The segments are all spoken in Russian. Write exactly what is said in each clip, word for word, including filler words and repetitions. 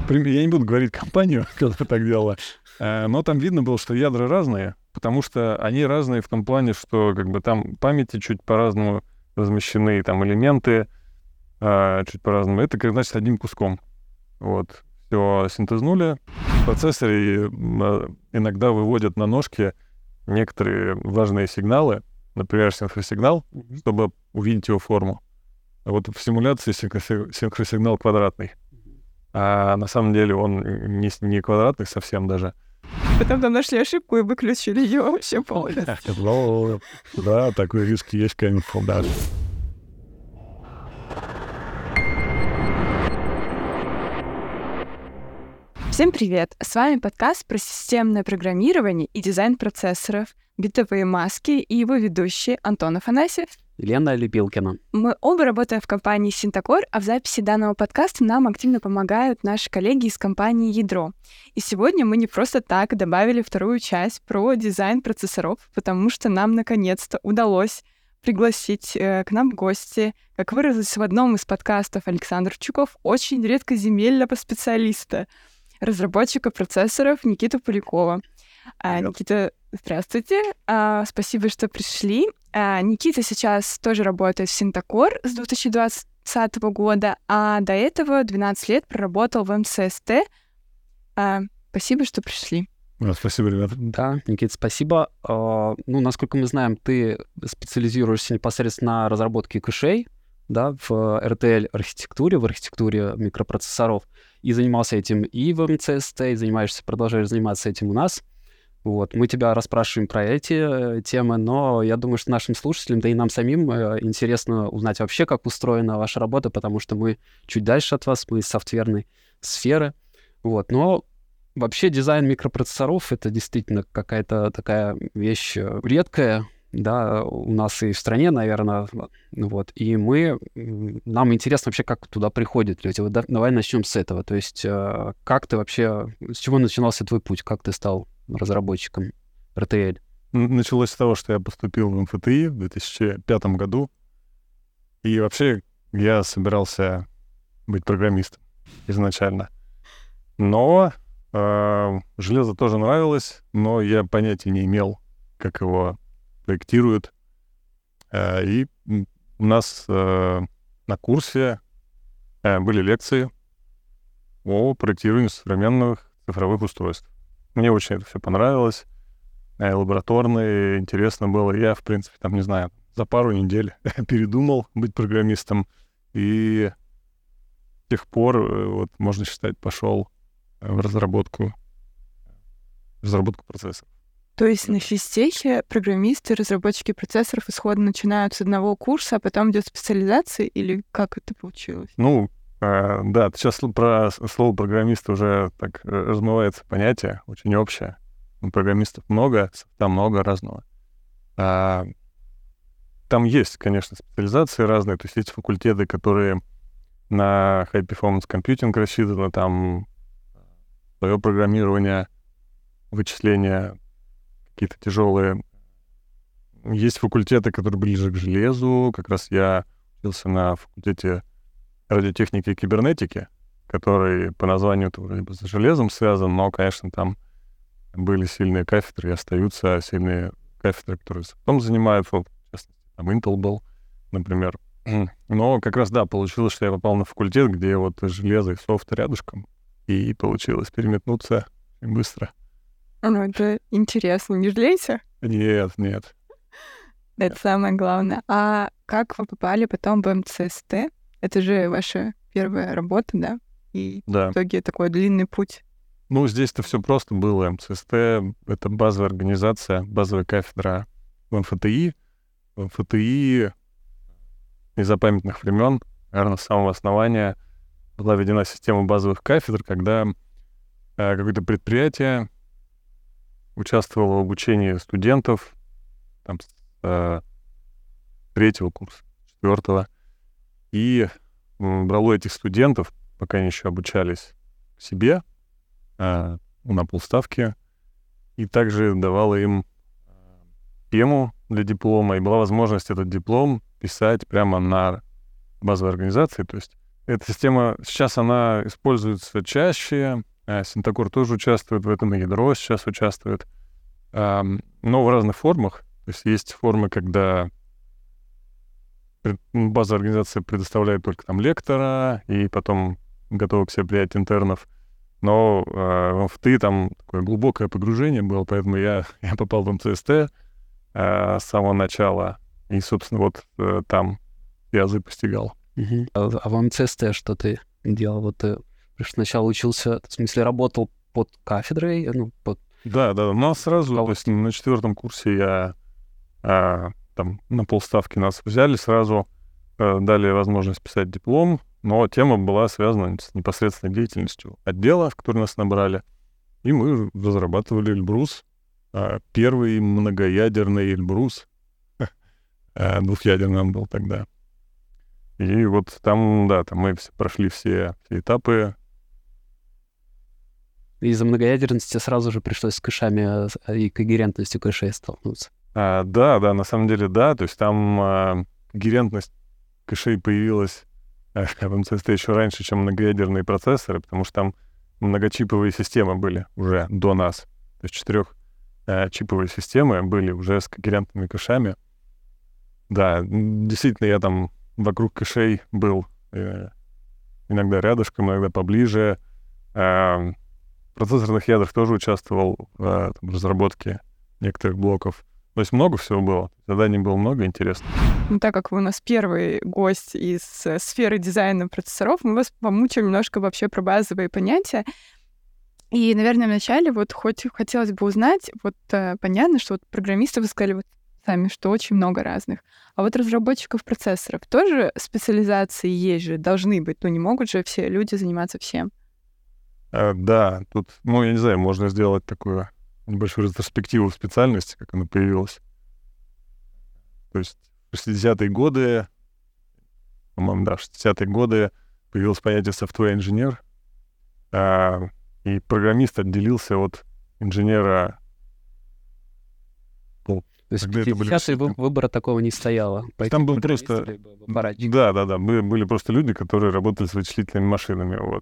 Я не буду говорить компанию, которая так делала, но там видно было, что ядра разные, потому что они разные в том плане, что как бы там памяти чуть по-разному размещены, там элементы чуть по-разному. Это, как значит, одним куском. Вот. Все синтезнули. В процессоре иногда выводят на ножки некоторые важные сигналы, например, синхросигнал, mm-hmm. чтобы увидеть его форму. А вот в симуляции синхросигнал квадратный. А на самом деле он не, не квадратный совсем даже. Потом там нашли ошибку и выключили ее вообще полностью. Да, такой риск есть, конечно, да. Всем привет! С вами подкаст про системное программирование и дизайн процессоров, битовые маски и его ведущие Антон Афанасьев и Лена Лепилкина. Мы оба работаем в компании Syntacore, а в записи данного подкаста нам активно помогают наши коллеги из компании Ядро. И сегодня мы не просто так добавили вторую часть про дизайн процессоров, потому что нам наконец-то удалось пригласить э, к нам в гости, как выразился в одном из подкастов Александр Чуков, очень редкоземельного специалиста, разработчика процессоров Никиту Полякова. А, Никита, здравствуйте. А, спасибо, что пришли. А, Никита сейчас тоже работает в Syntacore с две тысячи двадцатого года, а до этого двенадцать лет проработал в эм си эс ти. А, спасибо, что пришли. А, спасибо, ребята. Да, Никита, спасибо. А, ну, насколько мы знаем, ты специализируешься непосредственно на разработке кэшей, да, в эр ти эл-архитектуре, в архитектуре микропроцессоров, и занимался этим и в эм си эс ти, и занимаешься, продолжаешь заниматься этим у нас. Вот. Мы тебя расспрашиваем про эти э, темы, но я думаю, что нашим слушателям, да и нам самим э, интересно узнать вообще, как устроена ваша работа, потому что мы чуть дальше от вас, мы из софтверной сферы. Вот. Но вообще дизайн микропроцессоров — это действительно какая-то такая вещь редкая, да, у нас и в стране, наверное, вот, и мы, нам интересно вообще, как туда приходят люди. Вот давай начнем с этого, то есть как ты вообще, с чего начинался твой путь, как ты стал разработчиком эр ти эл? Началось с того, что я поступил в эм эф ти и в две тысячи пятом году, и вообще я собирался быть программистом изначально, но э, железо тоже нравилось, но я понятия не имел, как его проектируют. И у нас э, на курсе э, были лекции о проектировании современных цифровых устройств. Мне очень это все понравилось. Э, лабораторно, интересно было. Я, в принципе, там, не знаю, за пару недель передумал быть программистом. И с тех пор, вот, можно считать, пошел в разработку, в разработку процессоров. То есть на физтехе программисты, разработчики процессоров исходно начинают с одного курса, а потом идет специализация, или как это получилось? Ну, э, да, сейчас про слово программист уже так размывается понятие, очень общее. Программистов много, там много разного. А, там есть, конечно, специализации разные, то есть есть факультеты, которые на high-performance computing рассчитаны, там свое программирование, вычисления какие-то тяжелые. Есть факультеты, которые ближе к железу. Как раз я учился на факультете радиотехники и кибернетики, который по названию вроде бы с железом связан, но, конечно, там были сильные кафедры и остаются сильные кафедры, которые потом занимают. Вот, в частности, там Intel был, например. Но как раз, да, получилось, что я попал на факультет, где вот железо и софт рядышком, и получилось переметнуться очень быстро. Ну, это интересно. Не жалеете? Нет, нет. Это нет. Самое главное. А как вы попали потом в эм си эс ти? Это же ваша первая работа, да? И да. В итоге такой длинный путь. Ну, здесь-то все просто было. эм си эс ти — это базовая организация, базовая кафедра в эм эф ти и. В эм эф ти и с незапамятных времен, наверное, с самого основания была введена система базовых кафедр, когда э, какое-то предприятие участвовал в обучении студентов там, с э, третьего курса, четвертого, и э, брало этих студентов, пока они еще обучались, к себе э, на полставки, и также давало им э, тему для диплома, и была возможность этот диплом писать прямо на базовой организации, то есть эта система, сейчас она используется чаще, Syntacore тоже участвует в этом, и ядро сейчас участвует, но в разных формах. То есть есть формы, когда база организации предоставляет только там лектора, и потом готова к себе принять интернов. Но э, в эм эф ти там такое глубокое погружение было, поэтому я, я попал в эм си эс ти э, с самого начала. И, собственно, вот э, там я азы постигал. Uh-huh. А, а в эм си эс ти что ты делал? Вот ты сначала учился, в смысле, работал под кафедрой? Ну, под... Да, да, нас сразу, то есть на четвертом курсе я э, там на полставки нас взяли, сразу э, дали возможность писать диплом, но тема была связана с непосредственной деятельностью отдела, в который нас набрали, и мы разрабатывали Эльбрус, э, первый многоядерный Эльбрус, э, двухъядерный он был тогда. И вот там, да, там мы все, прошли все, все этапы. Из-за многоядерности сразу же пришлось с кэшами и когерентностью кэшей столкнуться. А, да, да, на самом деле, да. То есть там а, когерентность кэшей появилась а, в эм си эс ти еще раньше, чем многоядерные процессоры, потому что там многочиповые системы были уже до нас. То есть четырехчиповые системы были уже с когерентными кэшами. Да, действительно, я там вокруг кэшей был э, иногда рядышком, иногда поближе. Э, в процессорных ядрах тоже участвовал в там, разработке некоторых блоков. То есть много всего было. Заданий было много интересных. Ну, так как вы у нас первый гость из сферы дизайна процессоров, мы вас помучим немножко вообще про базовые понятия. И, наверное, вначале вот хоть хотелось бы узнать, вот э, понятно, что вот программисты, вы сказали вот сами, что очень много разных. А вот разработчиков процессоров тоже специализации есть же, должны быть. Ну, не могут же все люди заниматься всем. А, да, тут, ну, я не знаю, можно сделать такую небольшую ретроспективу специальности, как она появилась. То есть в шестидесятые годы, по-моему, да, в шестидесятые годы появилось понятие software-инженер, а, и программист отделился от инженера. То есть в пятидесятые были... выбора такого не стояло. Там был просто... Да, да, да. Мы были просто люди, которые работали с вычислительными машинами. Вот.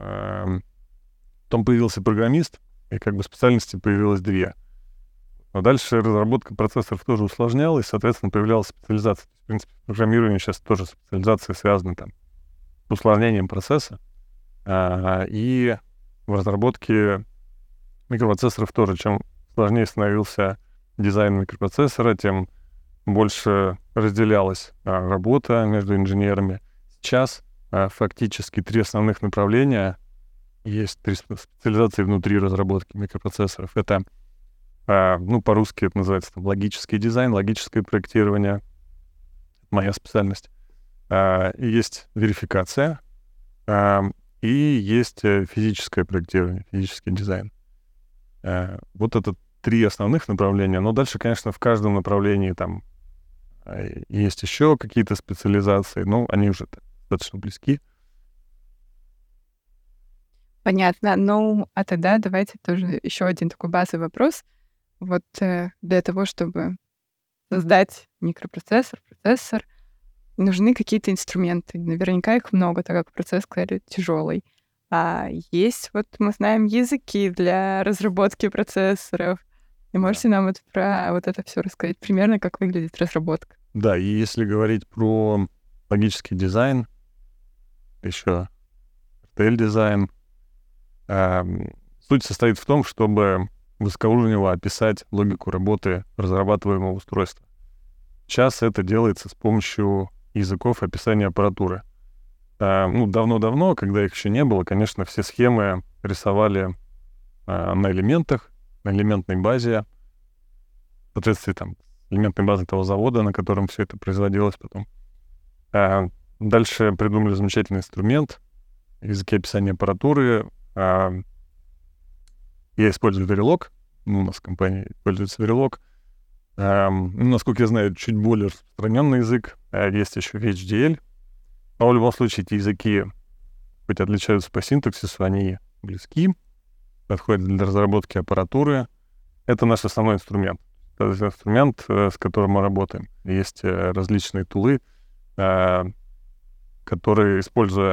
Потом появился программист, и как бы специальности появилось две. Но дальше разработка процессоров тоже усложнялась, соответственно, появлялась специализация. В принципе, программирование сейчас тоже специализация связана там с усложнением процесса. И в разработке микропроцессоров тоже. Чем сложнее становился дизайн микропроцессора, тем больше разделялась а, работа между инженерами. Сейчас а, фактически три основных направления. Есть три специализации внутри разработки микропроцессоров. Это, а, ну, по-русски это называется там, логический дизайн, логическое проектирование. Моя специальность. А, и есть верификация, а, и есть физическое проектирование, физический дизайн. А, вот это три основных направления, но дальше, конечно, в каждом направлении там есть еще какие-то специализации, но они уже достаточно близки. Понятно. Ну, а тогда давайте тоже еще один такой базовый вопрос. Вот э, для того, чтобы создать микропроцессор, процессор, нужны какие-то инструменты. Наверняка их много, так как процесс, сказали, тяжелый. А есть, вот мы знаем, языки для разработки процессоров. И можете нам вот про вот это все рассказать, примерно как выглядит разработка? Да, и если говорить про логический дизайн, еще эр ти эл-дизайн, э, суть состоит в том, чтобы высокоуровнево описать логику работы разрабатываемого устройства. Сейчас это делается с помощью языков описания аппаратуры. Э, ну, давно-давно, когда их еще не было, конечно, все схемы рисовали э, на элементах, на элементной базе, в соответствии там элементной базы того завода, на котором все это производилось потом. А дальше придумали замечательный инструмент, языки описания аппаратуры. А я использую Verilog, ну, у нас в компании используется Verilog. А, ну, насколько я знаю, чуть более распространенный язык. А есть еще эйч ди эль. Но в любом случае эти языки хоть отличаются по синтаксису, они близки, подходит для разработки аппаратуры. Это наш основной инструмент. Это инструмент, с которым мы работаем. Есть различные тулы, которые, используя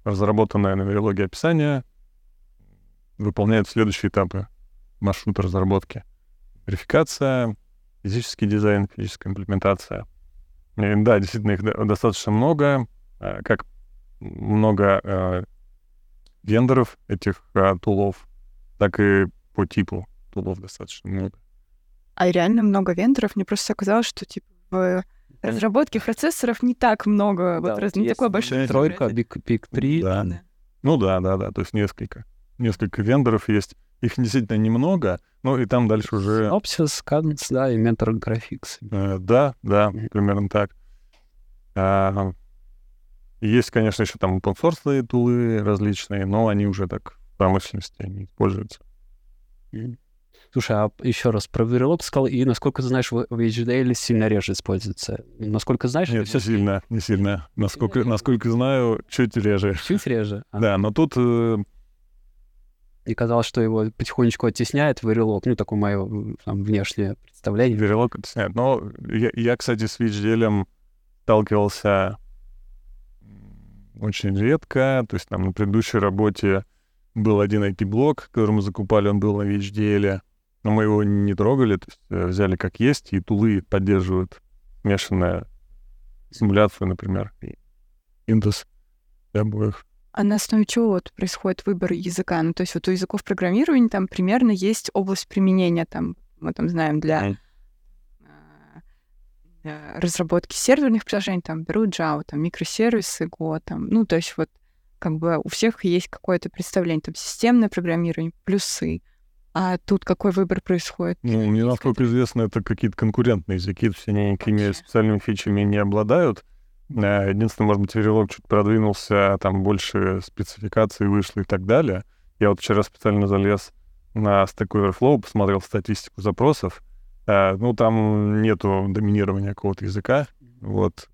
разработанное на Verilog описание выполняет следующие этапы маршрута разработки. Верификация, физический дизайн, физическая имплементация. И, да, действительно, их достаточно много. Как много э, вендоров этих э, тулов, так и по типу тулов достаточно много. А реально много вендоров? Мне просто оказалось, что типа в разработке процессоров не так много. Да, вот раз, вот не такое большое. Тройка, Big Pig три. Да. Да. Ну да, да, да, то есть несколько. Несколько вендоров есть. Их действительно немного, но и там дальше уже... Synopsys, Cadence, да, и Mentor Graphics. Э, да, да, mm-hmm. примерно так. А, есть, конечно, еще там open-source тулы различные, но они уже так в промышленности не используются. Mm-hmm. Слушай, а еще раз про Verilog сказал, и, насколько ты знаешь, в эйч ди эл сильно реже используется. Насколько знаешь... Нет, все не сильно, не сильно. Насколько, насколько знаю, чуть реже. Чуть реже? А. Да, но тут... Э... И казалось, что его потихонечку оттесняет Verilog. Ну, такое мое там, внешнее представление. Verilog оттесняет. Но я, я, кстати, с эйч ди эл сталкивался очень редко. То есть там на предыдущей работе был один ай пи-блок, который мы закупали, он был на эйч ди эл. Но мы его не трогали, то есть взяли как есть, и тулы поддерживают смешанную симуляцию, например, и Intus для обоих. А на основе чего вот происходит выбор языка? Ну, то есть вот у языков программирования там примерно есть область применения, там, мы там знаем, для, mm. для разработки серверных приложений, там, берут Java, там, микросервисы, Go, там, ну, то есть вот как бы у всех есть какое-то представление, там, системное программирование, плюсы. А тут какой выбор происходит? Ну, мне, насколько известно, это какие-то конкурентные языки, то есть они никакими okay. специальными фичами не обладают. Единственное, может быть, Verilog чуть продвинулся, там больше спецификаций вышло и так далее. Я вот вчера специально залез на Stack Overflow, посмотрел статистику запросов. Ну, там нету доминирования какого-то языка. Вот.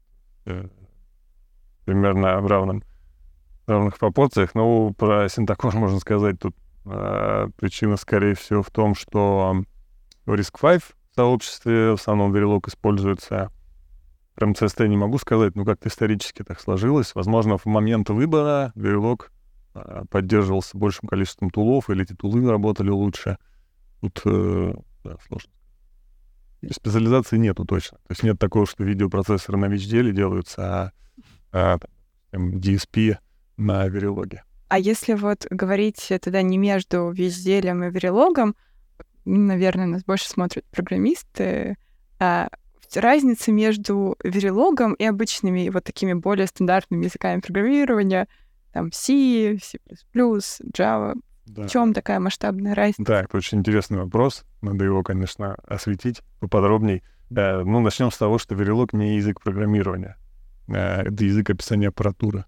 Примерно в равном, в равных пропорциях. Ну, про Syntacor можно сказать, тут Uh, причина, скорее всего, в том, что в риск пять в сообществе в основном Verilog используется. Прям си эс ти не могу сказать, но как-то исторически так сложилось. Возможно, в момент выбора Verilog uh, поддерживался большим количеством тулов, или эти тулы работали лучше. Тут uh, да, сложно. Специализации нету точно. То есть нет такого, что видеопроцессоры на эйч ди эл делаются, а, а ди эс пи на Verilog. А если вот говорить тогда не между эйч ди эл и Verilog, наверное, нас больше смотрят программисты, а разница между Verilog и обычными вот такими более стандартными языками программирования, там C, C++, Java, да. В чем такая масштабная разница? Да, это очень интересный вопрос. Надо его, конечно, осветить поподробней. Э, ну, начнем с того, что Verilog не язык программирования. Э, это язык описания аппаратуры.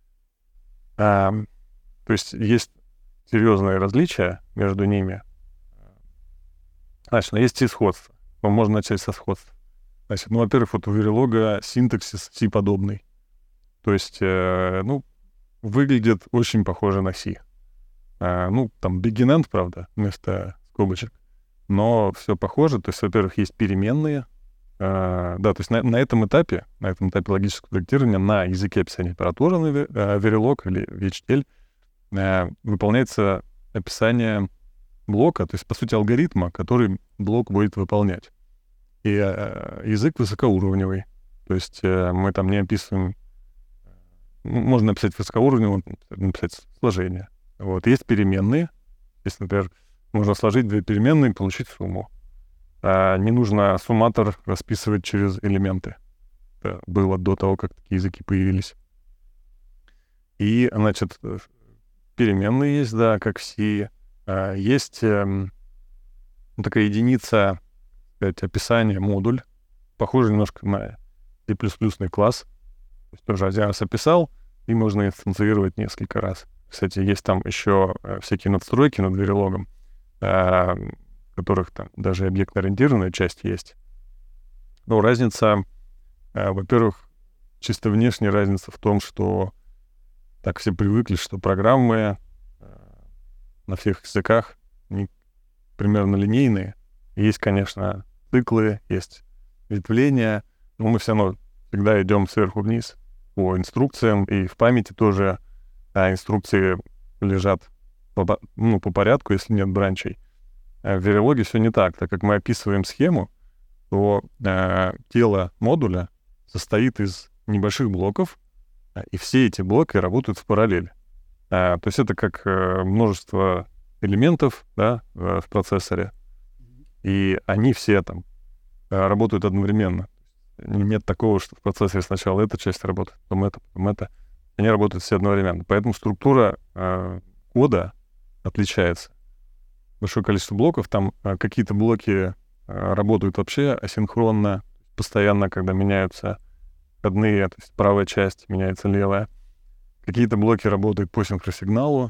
А, То есть есть серьезные различия между ними. Значит, ну, есть и сходство. Можно начать со сходства. Значит, ну, во-первых, вот у Verilog синтаксис C-подобный. То есть, э, ну, выглядит очень похоже на C. Э, ну, там beginend, правда, вместо скобочек. Но все похоже. То есть, во-первых, есть переменные. Э, да, то есть на, на этом этапе, на этом этапе логического проектирования, на языке описания аппаратуры на Verilog или эйч ди эл выполняется описание блока, то есть, по сути, алгоритма, который блок будет выполнять. И э, язык высокоуровневый. То есть э, мы там не описываем... Можно написать высокоуровневое, написать сложение. Вот. Есть переменные. Если, например, можно сложить две переменные и получить сумму. А не нужно сумматор расписывать через элементы. Это было до того, как такие языки появились. И, значит, переменные есть, да, как C. А, есть э, такая единица, сказать, описания, модуль, похожий немножко на C++ класс. То есть тоже один раз описал, и можно инстанцировать несколько раз. Кстати, есть там еще э, всякие надстройки над Verilog, э, в которых там даже объектно-ориентированная часть есть. Но разница, э, во-первых, чисто внешняя разница в том, что так все привыкли, что программы э, на всех языках они примерно линейные. Есть, конечно, циклы, есть ветвления, но мы все равно всегда идем сверху вниз по инструкциям, и в памяти тоже а инструкции лежат по, ну, по порядку, если нет бранчей. В Verilog все не так. Так как мы описываем схему, то э, тело модуля состоит из небольших блоков, и все эти блоки работают в параллель. А, то есть это как э, множество элементов, да, в, в процессоре, и они все там э, работают одновременно. Нет такого, что в процессоре сначала эта часть работает, потом это, потом это. Они работают все одновременно. Поэтому структура э, кода отличается. Большое количество блоков. Там э, какие-то блоки э, работают вообще асинхронно, постоянно, когда меняются входные, то есть правая часть меняется левая. Какие-то блоки работают по синхросигналу,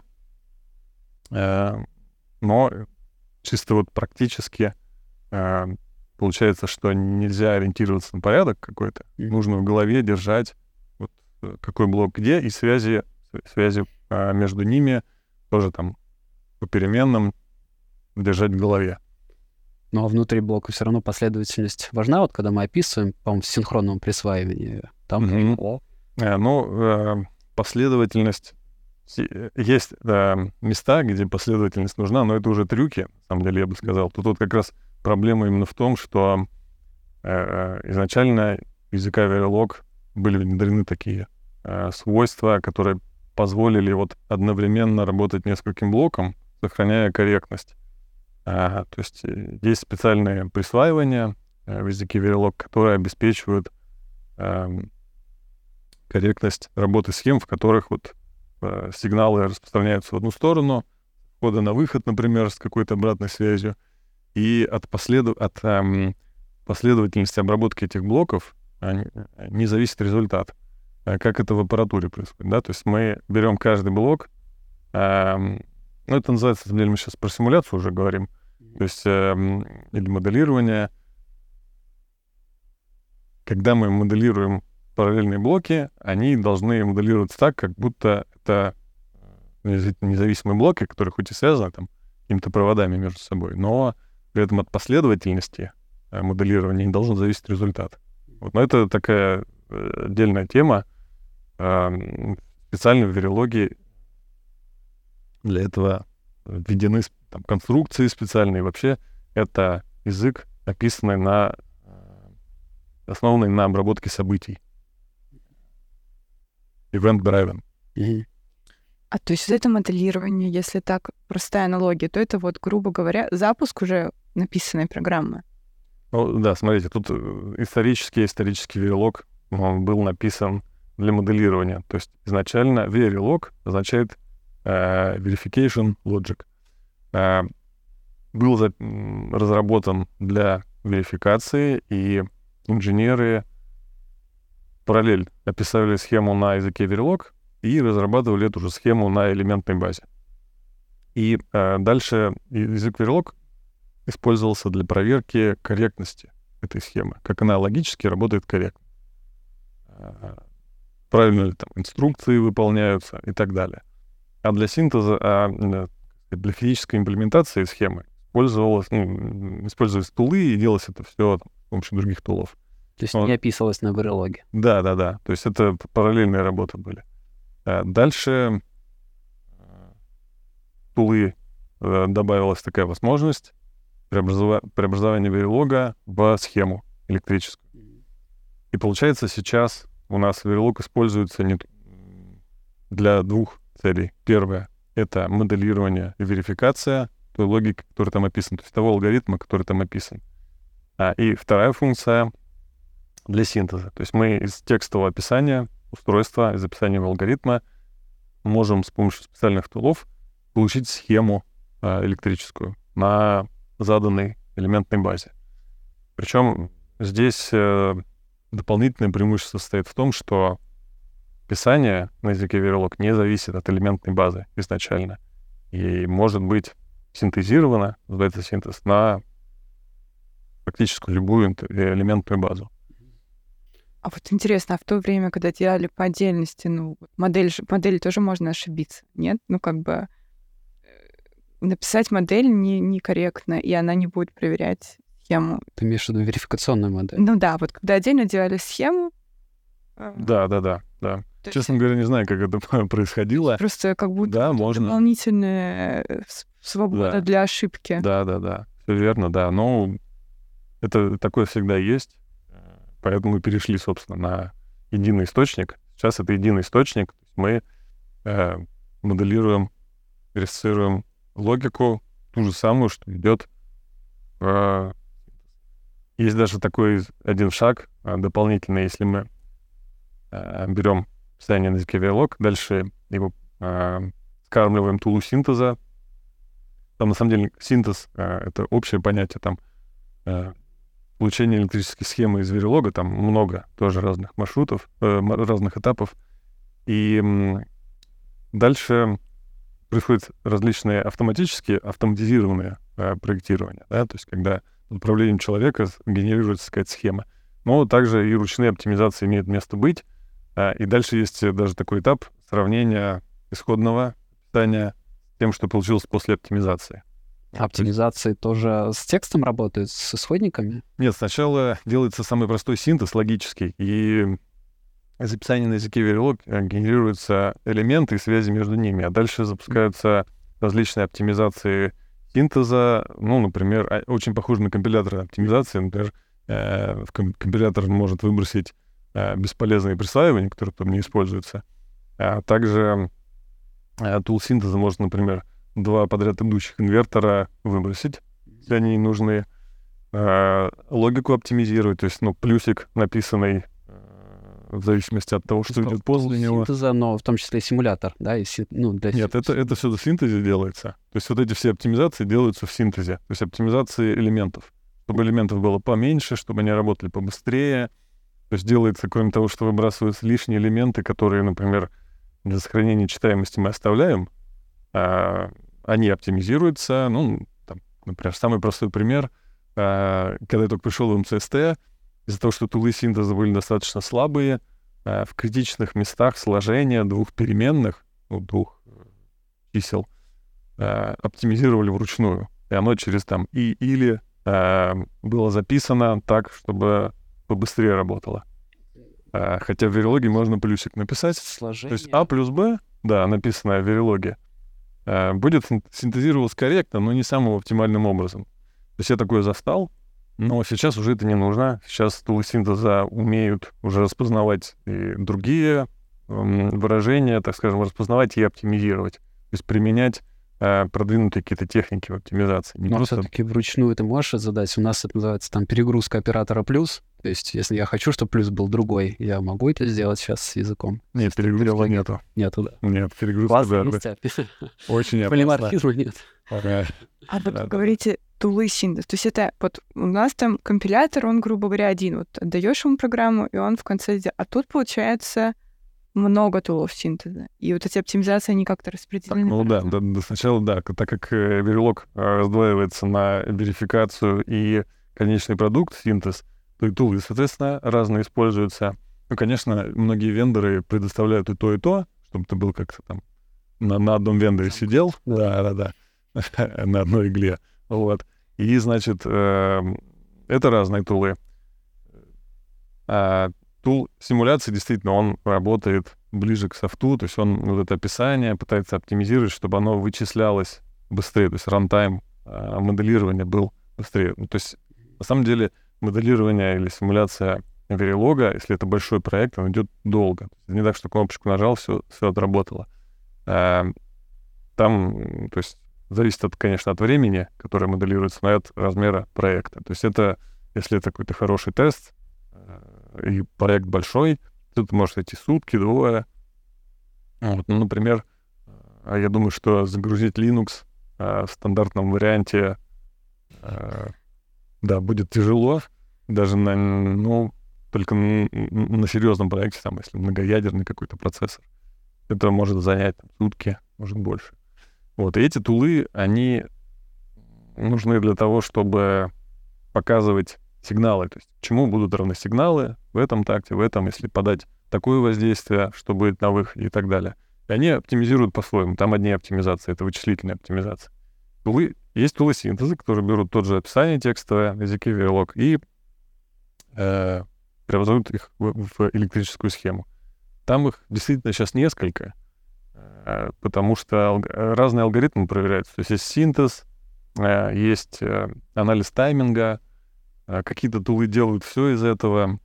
э, но чисто вот практически э, получается, что нельзя ориентироваться на порядок какой-то. Mm-hmm. Нужно в голове держать вот, какой блок где, и связи, связи э, между ними тоже там по переменным держать в голове. Ну, а внутри блока все равно последовательность важна. Вот когда мы описываем, по-моему, в синхронном присваивании, там... Mm-hmm. Э, ну, э, последовательность... Есть э, места, где последовательность нужна, но это уже трюки, на самом деле, я бы сказал. Тут вот как раз проблема именно в том, что э, изначально в языка Verilog были внедрены такие э, свойства, которые позволили вот одновременно работать нескольким блокам, сохраняя корректность. А, то есть есть специальные присваивания э, в языке Verilog, которые обеспечивают э, корректность работы схем, в которых вот э, сигналы распространяются в одну сторону, входа на выход, например, с какой-то обратной связью, и от, последу... от э, последовательности обработки этих блоков э, не зависит результат, э, как это в аппаратуре происходит. Да? То есть мы берем каждый блок, э, ну, это называется, на самом деле, мы сейчас про симуляцию уже говорим, то есть, э, или моделирование. Когда мы моделируем параллельные блоки, они должны моделироваться так, как будто это независимые блоки, которые хоть и связаны там какими-то проводами между собой, но при этом от последовательности э, моделирования не должен зависеть результат. Вот, но это такая э, отдельная тема. Э, специально в Verilog для этого введены там, конструкции специальные. Вообще это язык, описанный на, основанный на обработке событий. Event-driven. Mm-hmm. А то есть это моделирование, если так простая аналогия, то это вот, грубо говоря, запуск уже написанной программы. Ну да, смотрите, тут исторический, исторический Verilog, он был написан для моделирования. То есть изначально Verilog означает Uh, verification logic. Uh, был за, разработан для верификации, и инженеры параллель описали схему на языке Verilog и разрабатывали эту же схему на элементной базе. И uh, дальше язык Verilog использовался для проверки корректности этой схемы, как она логически работает корректно. Uh, правильно ли там инструкции выполняются и так далее. А для синтеза, а для физической имплементации схемы использовалось, ну, использовались тулы, и делалось это все с помощью других тулов. То есть Но... не описывалось на Verilog. Да, да, да. То есть это параллельные работы были. А дальше тулы добавилась такая возможность преобразова... преобразования Verilog в схему электрическую. И получается, сейчас у нас Verilog используется не для двух целей. Первое — это моделирование и верификация той логики, которая там описана, то есть того алгоритма, который там описан. А, и вторая функция для синтеза. То есть мы из текстового описания устройства, из описания алгоритма можем с помощью специальных тулов получить схему а, электрическую на заданной элементной базе. Причем здесь э, дополнительное преимущество состоит в том, что описание на языке Verilog не зависит от элементной базы изначально и может быть синтезировано, называется синтез, на практически любую элементную базу. А вот интересно, а в то время, когда делали по отдельности, ну, модель, модели тоже можно ошибиться, нет? Ну, как бы написать модель не, некорректно, и она не будет проверять схему. Ты имеешь в виду верификационную модель? Ну да, вот когда отдельно делали схему... Да, да, да, да. Честно говоря, не знаю, как это происходило. Просто как будто да, можно. дополнительная свобода да. для ошибки. Да, да, да. Все верно, да. Но это такое всегда есть. Поэтому мы перешли, собственно, на единый источник. Сейчас это единый источник. Мы э, моделируем, рефлексируем логику, ту же самую, что идет. Э, есть даже такой один шаг э, дополнительный, если мы э, берем описание на языке Verilog, дальше его э, скармливаем тулу синтеза. Там, на самом деле, синтез э, — это общее понятие. Там э, получение электрической схемы из Verilog, там много тоже разных маршрутов, э, разных этапов. И э, дальше происходят различные автоматические, автоматизированные э, проектирования, да, то есть когда под управлением человека генерируется какая-то схема. Но также и ручные оптимизации имеют место быть. Э, и дальше есть даже такой этап сравнения исходного описания с тем, что получилось после оптимизации. Оптимизации есть... тоже с текстом работают, с исходниками? Нет, сначала делается самый простой синтез логический, и из описания на языке Verilog генерируются элементы и связи между ними, а дальше запускаются различные оптимизации синтеза, ну, например, очень похоже на компилятор оптимизации, например, э, компилятор может выбросить э, бесполезные присваивания, которые там не используются, а также э, тул синтеза может, например, два подряд идущих инвертора выбросить, если они не нужны, э, логику оптимизировать, то есть, ну, плюсик, написанный в зависимости от того, что идет после него. Синтеза, но в том числе симулятор, да? И си... ну, для Нет, это, это все в синтезе делается. То есть вот эти все оптимизации делаются в синтезе. То есть оптимизации элементов. Чтобы элементов было поменьше, чтобы они работали побыстрее. То есть делается, кроме того, что выбрасываются лишние элементы, которые, например, для сохранения читаемости мы оставляем, а они оптимизируются. Ну, там, например, самый простой пример. А, когда я только пришел в эм си эс ти, из-за того, что тулы синтеза были достаточно слабые, в критичных местах сложения двух переменных, ну, двух чисел, оптимизировали вручную. И оно через там и или было записано так, чтобы побыстрее работало. Хотя в Verilog можно плюсик написать. Сложение. То есть А плюс Б, да, написанное в Verilog, будет синтезироваться корректно, но не самым оптимальным образом. То есть я такое застал. Но сейчас уже это не нужно. Сейчас тулы синтеза умеют уже распознавать и другие э, выражения, так скажем, распознавать и оптимизировать. То есть применять э, продвинутые какие-то техники в оптимизации. Не Но просто... все-таки вручную ты можешь задать. У нас это называется там перегрузка оператора плюс. То есть если я хочу, чтобы плюс был другой, я могу это сделать сейчас с языком? Нет, перегрузки нету. Нету, да. Нет, перегрузки, да. Очень опасно. Полиморфизма нет. А вот вы говорите тулы синтез. То есть это вот у нас там компилятор, он, грубо говоря, один. Вот отдаешь ему программу, и он в конце... А тут, получается, много тулов синтеза. И вот эти оптимизации, они как-то распределены. Так, ну да, да, да, сначала да. Так как Verilog раздваивается на верификацию и конечный продукт, синтез, то и тулы, соответственно, разные используются. Ну, конечно, многие вендоры предоставляют и то, и то, чтобы ты был как-то там на, на одном вендоре сидел. Да-да-да. На одной игле. Вот. И, значит, э, это разные тулы. А тул симуляции, действительно, он работает ближе к софту, то есть он вот это описание пытается оптимизировать, чтобы оно вычислялось быстрее, то есть рантайм э, моделирования был быстрее. Ну, то есть, на самом деле, моделирование или симуляция Verilog, если это большой проект, он идет долго. Не так, что кнопочку нажал, все, все отработало. А, там, то есть, зависит, от, конечно, от времени, которое моделируется, но и от размера проекта. То есть это, если это какой-то хороший тест, э, и проект большой, тут может идти сутки, двое. Вот, ну, например, э, я думаю, что загрузить Linux э, в стандартном варианте, э, да, будет тяжело, даже на, ну, только на, на серьезном проекте, там, если многоядерный какой-то процессор. Это может занять там, сутки, может больше. Вот, и эти тулы, они нужны для того, чтобы показывать сигналы. То есть чему будут равны сигналы в этом такте, в этом, если подать такое воздействие, что будет на выходе и так далее. И они оптимизируют по-своему. Там одни оптимизации, это вычислительная оптимизация. Тулы, есть тулы синтеза, которые берут тот же описание текстовое в языке Verilog и э, преобразуют их в, в электрическую схему. там их действительно сейчас несколько, потому что разные алгоритмы проверяются. То есть есть синтез, есть анализ тайминга, какие-то тулы делают все из этого,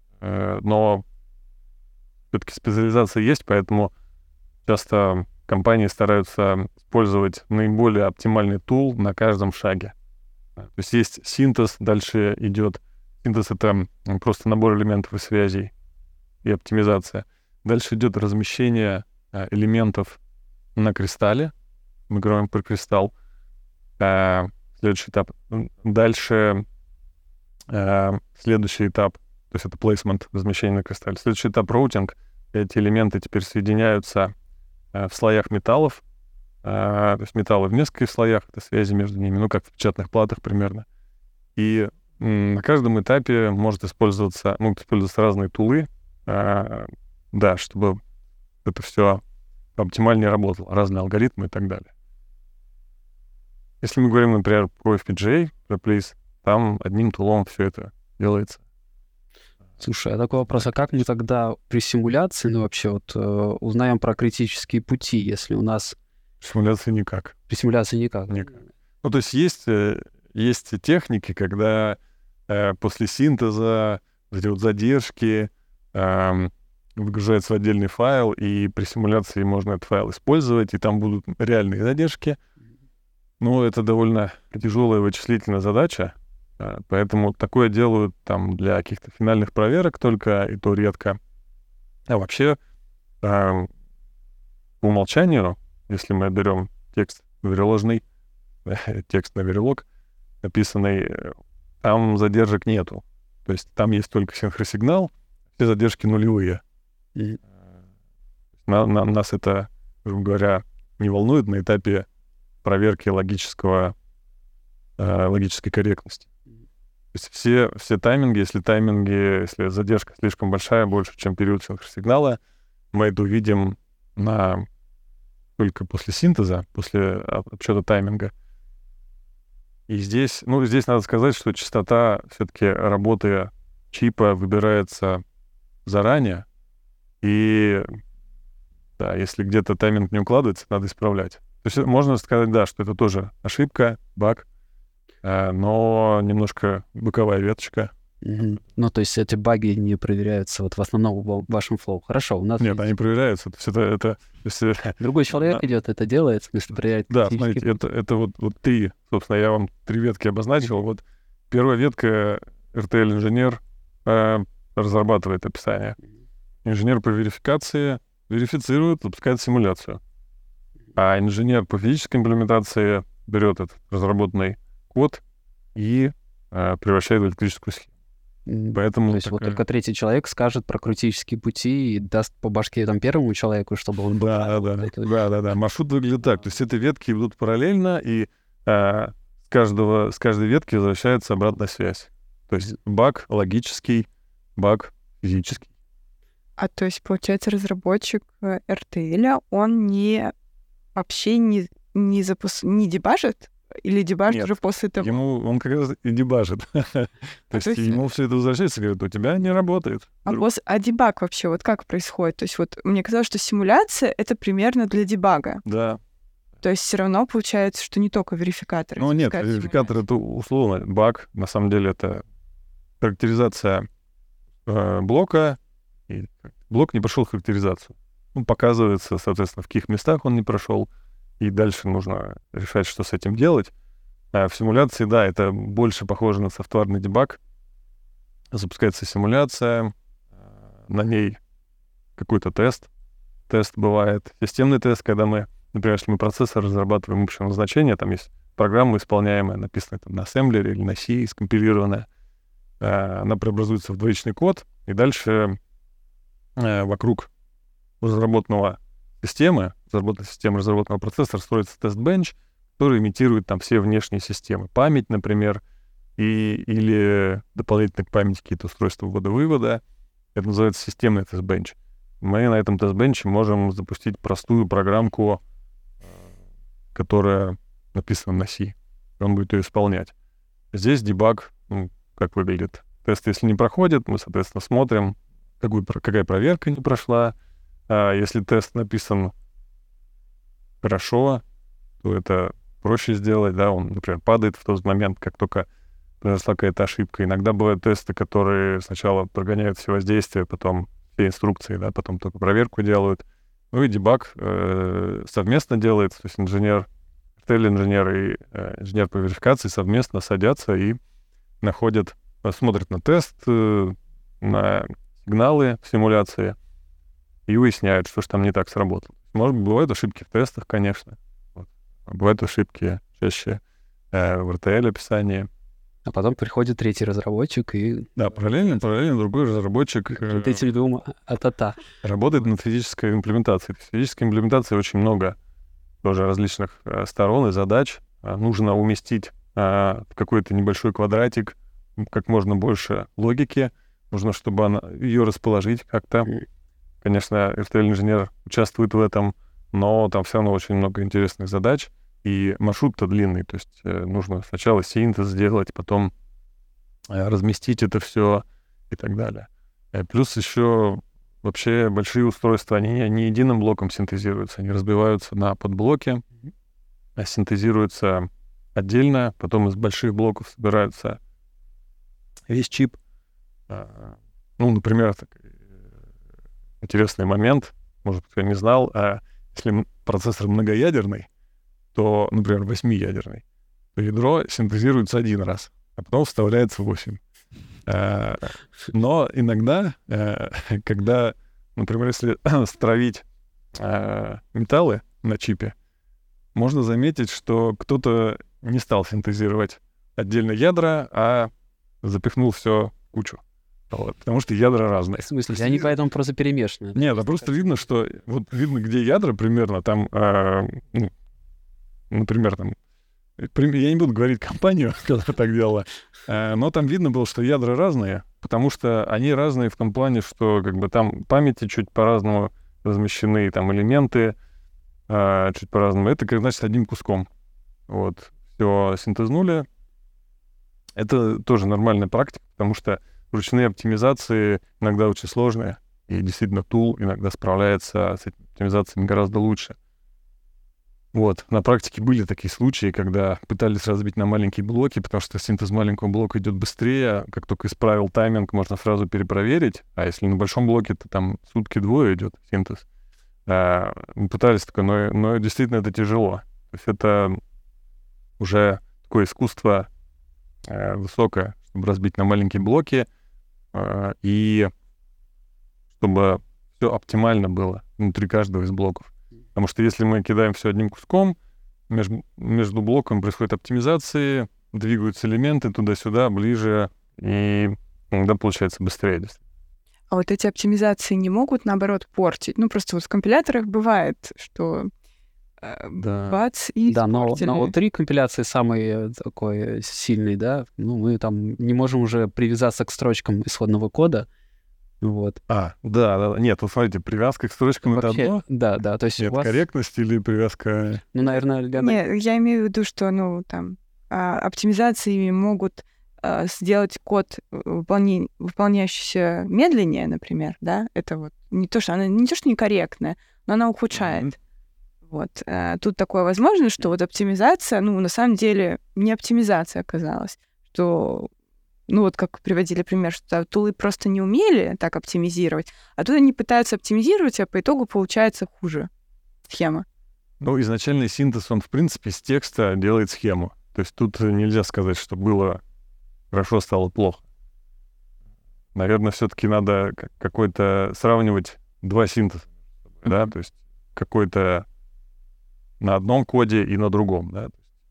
но все-таки специализация есть, поэтому часто компании стараются использовать наиболее оптимальный тул на каждом шаге. То есть есть синтез, дальше идет синтез — это просто набор элементов и связей и оптимизация. Дальше идет размещение элементов на кристалле. Мы говорим про кристалл. Следующий этап. Дальше следующий этап, то есть это placement, размещение на кристалле. Следующий этап — роутинг. Эти элементы теперь соединяются в слоях металлов. То есть металлы в нескольких слоях, это связи между ними, ну, как в печатных платах примерно. И на каждом этапе может использоваться, могут использоваться разные тулы, да, чтобы это все оптимальнее работало, разные алгоритмы и так далее. Если мы говорим, например, про эф пи джи эй, про Place, там одним тулом все это делается. Слушай, а такой вопрос, а как мы тогда при симуляции, ну вообще вот э, узнаем про критические пути, если у нас... Симуляции никак. При симуляции никак? Никак. Ну, то есть есть, есть техники, когда э, после синтеза эти вот задержки э, выгружаются в отдельный файл, и при симуляции можно этот файл использовать, и там будут реальные задержки. Но это довольно тяжелая вычислительная задача, поэтому такое делают там для каких-то финальных проверок только, и то редко. А вообще, по умолчанию, если мы берем текст verilogный, текст на Verilog, написанный, там задержек нету. То есть там есть только синхросигнал, все задержки нулевые. Mm-hmm. На, на, нас это, грубо говоря, не волнует на этапе проверки логического, э, логической корректности. То есть все, все тайминги, если тайминги, если задержка слишком большая, больше, чем период синхросигнала, мы это увидим на, только после синтеза, после отсчета тайминга. И здесь, ну, здесь надо сказать, что частота все-таки работы чипа выбирается заранее, и да, если где-то тайминг не укладывается, надо исправлять. То есть можно сказать, да, что это тоже ошибка, баг, э, но немножко боковая веточка. Mm-hmm. Ну, то есть эти баги не проверяются вот в основном в вашем флоу. Хорошо, у нас Нет, есть... они проверяются. То есть это, это, то есть... Другой человек да. идет, это делает, в смысле проверяет. Да, смотрите, это, это вот, вот три, собственно, я вам три ветки обозначил. Mm-hmm. Вот первая ветка эр ти эл-инженер э, разрабатывает описание. Инженер по верификации верифицирует, запускает симуляцию. А инженер по физической имплементации берет этот разработанный код и э, превращает в электрическую схему. Mm. Поэтому То есть такая... вот только третий человек скажет про критические пути и даст по башке там первому человеку, чтобы он... Да, да, да, да, да, да. Маршрут выглядит так. То есть эти ветки идут параллельно, и э, с, каждого, с каждой ветки возвращается обратная связь. То есть баг логический, баг физический. А то есть, получается, разработчик эр ти эл, он не... вообще не, не, запус... не дебажит? Или дебажит Нет, уже после того? Ему он как раз и дебажит. То есть ему все это возвращается и говорит, у тебя не работает. А, пос... а дебаг вообще вот как происходит? То есть вот мне казалось, что симуляция — это примерно для дебага. Да. То есть все равно получается, что не только верификатор. Ну нет, верификатор — это условно. Баг, на самом деле, это характеризация э, блока. И блок не прошел характеризацию. Ну, показывается, соответственно, в каких местах он не прошел, и дальше нужно решать, что с этим делать. А в симуляции, да, это больше похоже на софтварный дебаг. Запускается симуляция, на ней какой-то тест. Тест бывает системный тест, когда мы, например, если мы процессор разрабатываем общее назначение, там есть программа исполняемая, написанная там на ассемблере или на C, скомпилированная. Она преобразуется в двоичный код, и дальше вокруг разработанного системы, разработанной системы, разработанного процессора строится тест-бенч, который имитирует там все внешние системы. Память, например, и, или дополнительно к памяти какие-то устройства ввода-вывода. Это называется системный тест-бенч. Мы на этом тест-бенче можем запустить простую программку, которая написана на C. Он будет ее исполнять. Здесь дебаг, ну, как выглядит. Тест, если не проходит, мы, соответственно, смотрим, какую, какая проверка не прошла, А если тест написан хорошо, то это проще сделать, да, он, например, падает в тот момент, как только произошла какая-то ошибка. Иногда бывают тесты, которые сначала прогоняют все воздействия, потом все инструкции, да, потом только проверку делают. Ну и дебаг э, совместно делается, то есть инженер, эр ти эл-инженер и э, инженер по верификации совместно садятся и находят, смотрят на тест, э, на сигналы в симуляции и выясняют, что же там не так сработало. Может быть, бывают ошибки в тестах, конечно. Вот. Бывают ошибки чаще э, в эр ти эл-описании. А потом приходит третий разработчик и... Да, параллельно, параллельно другой разработчик э, Третий двум а-та-та. работает над физической имплементацией. В физической имплементации очень много тоже различных э, сторон и задач. Э, нужно уместить э, в какой-то небольшой квадратик как можно больше логики. Нужно, чтобы она, ее расположить как-то. Конечно, эр ти эл-инженер участвует в этом, но там все равно очень много интересных задач. И маршрут-то длинный, то есть э, нужно сначала синтез сделать, потом э, разместить это все и так далее. Э, плюс еще вообще большие устройства, они не, не единым блоком синтезируются, они разбиваются на подблоки, а синтезируются отдельно, потом из больших блоков собираются весь чип. Э, ну, например, такой интересный момент, может быть, я не знал, а если процессор многоядерный, то, например, восьмиядерный, то ядро синтезируется один раз, а потом вставляется восемь. Но иногда, когда, например, если стравить металлы на чипе, можно заметить, что кто-то не стал синтезировать отдельно ядра, а запихнул все в кучу. Вот, потому что ядра разные. В смысле, они поэтому просто перемешаны? Нет, а просто видно, что вот видно, где ядра примерно, там, э, ну, например, там, я не буду говорить компанию, которая так делала, э, но там видно было, что ядра разные, потому что они разные в том плане, что как бы там памяти чуть по-разному размещены, там элементы э, чуть по-разному. Это, как значит, одним куском. Вот, все синтезнули. Это тоже нормальная практика, потому что ручные оптимизации иногда очень сложные, и действительно тул иногда справляется с этими оптимизациями гораздо лучше. Вот, на практике были такие случаи, когда пытались разбить на маленькие блоки, потому что синтез маленького блока идет быстрее, как только исправил тайминг, можно сразу перепроверить, а если на большом блоке, то там сутки-двое идет синтез. А, пытались такое, но, но действительно это тяжело. То есть это уже такое искусство а, высокое, чтобы разбить на маленькие блоки, а, и чтобы все оптимально было внутри каждого из блоков. Потому что если мы кидаем все одним куском, между, между блоком происходит оптимизации, двигаются элементы туда-сюда, ближе, и иногда получается быстрее. А вот эти оптимизации не могут, наоборот, портить? Ну, просто вот в компиляторах бывает, что э, да. бац, и да, но, испортили. но три компиляции самый такой сильный, да, ну, мы там не можем уже привязаться к строчкам исходного кода. Вот. А, да, да, нет, вот смотрите, привязка к строчкам — это одно. Да, да, то есть Нет, у вас... корректность или привязка... Ну, наверное, для... Нет, я имею в виду, что, ну, там, а, оптимизации могут а, сделать код, выполня... выполняющийся медленнее, например, да, это вот не то, что она не то, что некорректная, но она ухудшает. Mm-hmm. Вот. А, тут такое возможно, что вот оптимизация, ну, на самом деле, не оптимизация оказалась, что... Ну, вот как приводили пример, что тулы просто не умели так оптимизировать, а тут они пытаются оптимизировать, а по итогу получается хуже схема. Ну, изначальный синтез, он, в принципе, с текста делает схему. То есть тут нельзя сказать, что было хорошо, стало плохо. Наверное, все-таки надо какой-то сравнивать два синтеза, mm-hmm. да, то есть какой-то на одном коде и на другом, да.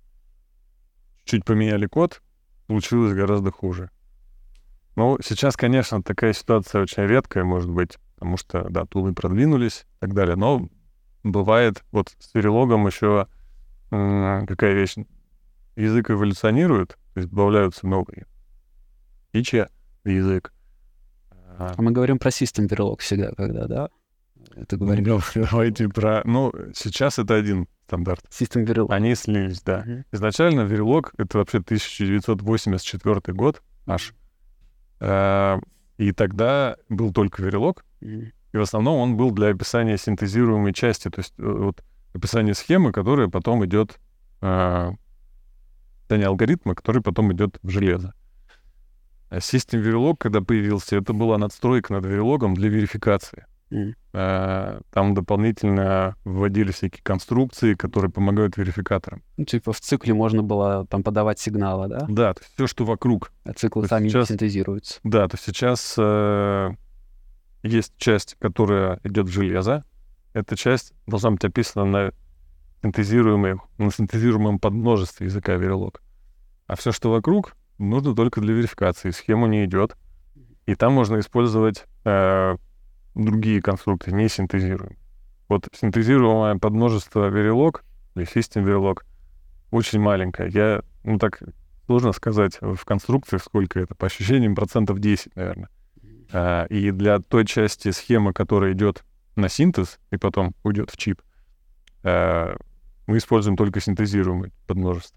Чуть поменяли код, получилось гораздо хуже. Ну, сейчас, конечно, такая ситуация очень редкая, может быть, потому что, да, тулы продвинулись и так далее, но бывает, вот с Verilog еще м- какая вещь, язык эволюционирует, то есть добавляются новые фичи в язык. А мы говорим про System Verilog всегда, когда, да? Это говорим. Ну, давайте про... Ну, сейчас это один стандарт. System Verilog. Они слились, да. Uh-huh. Изначально Verilog — это вообще тысяча девятьсот восемьдесят четвёртый год аж. Uh-huh. И тогда был только Verilog. Uh-huh. И в основном он был для описания синтезируемой части, то есть вот описание схемы, которая потом идет, э, описание алгоритма, который потом идет в железо. А System Verilog, когда появился, это была надстройка над Verilog'ом для верификации. Mm. Э, там дополнительно вводили всякие конструкции, которые помогают верификаторам. Ну, типа в цикле можно было там подавать сигналы, да? Да, то есть все, что вокруг. А циклы То сами сейчас- синтезируются. Да, то есть сейчас э, есть часть, которая идет в железо. Эта часть должна быть описана на синтезируемом, на синтезируемом подмножестве языка Verilog. А все, что вокруг, нужно только для верификации. Схема не идет. И там можно использовать э, другие конструкции, не синтезируемые. Вот синтезируемое подмножество Verilog или System Verilog очень маленькое. Я, ну так, сложно сказать в конструкциях, сколько это, по ощущениям, процентов десять, наверное. А, и для той части схемы, которая идет на синтез и потом уйдет в чип, а, мы используем только синтезируемое подмножество.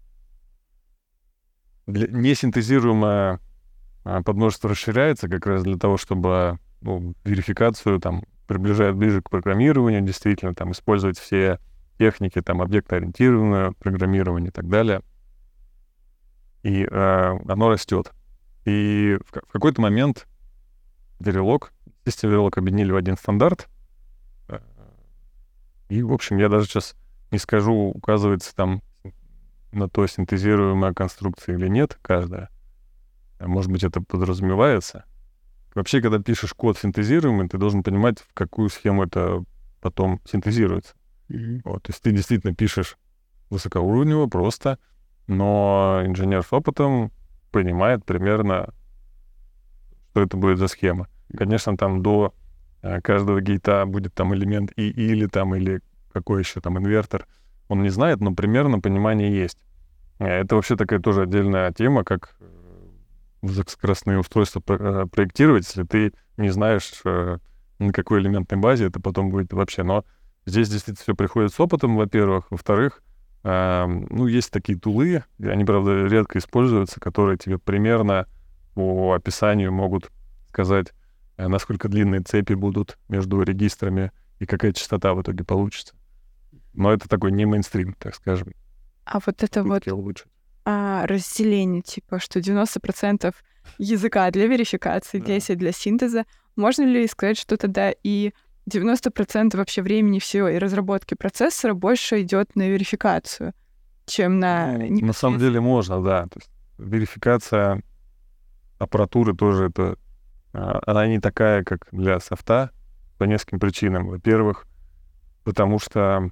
Для несинтезируемое а, подмножество расширяется как раз для того, чтобы ну, верификацию там приближать ближе к программированию, действительно, там использовать все техники, там объектно-ориентированное программирование и так далее. И э, оно растет. И в, в какой-то момент Verilog, System Verilog объединили в один стандарт. И, в общем, я даже сейчас не скажу, указывается там на то, синтезируемая конструкция или нет, каждая. Может быть, это подразумевается. Вообще, когда пишешь код синтезируемый, ты должен понимать, в какую схему это потом синтезируется. Mm-hmm. Вот, то есть ты действительно пишешь высокоуровнево, просто, но инженер с опытом понимает примерно, что это будет за схема. Конечно, там до э, каждого гейта будет там элемент и или там, или какой еще там инвертор. Он не знает, но примерно понимание есть. Это вообще такая тоже отдельная тема, как высокоскоростные устройства про- проектировать, если ты не знаешь, э, на какой элементной базе это потом будет вообще. Но здесь действительно все приходит с опытом, во-первых. Во-вторых, э, ну, есть такие тулы, они, правда, редко используются, которые тебе примерно по описанию могут сказать, э, насколько длинные цепи будут между регистрами и какая частота в итоге получится. Но это такой не мейнстрим, так скажем. А вот это вот Лучше. а, разделение, типа, что девяносто процентов языка для верификации, Да. десять процентов для синтеза, можно ли сказать, что тогда и девяносто процентов вообще времени всего и разработки процессора больше идет на верификацию, чем на... На самом деле можно, да. То есть верификация аппаратуры тоже это... а, Она не такая, как для софта, по нескольким причинам. Во-первых, потому что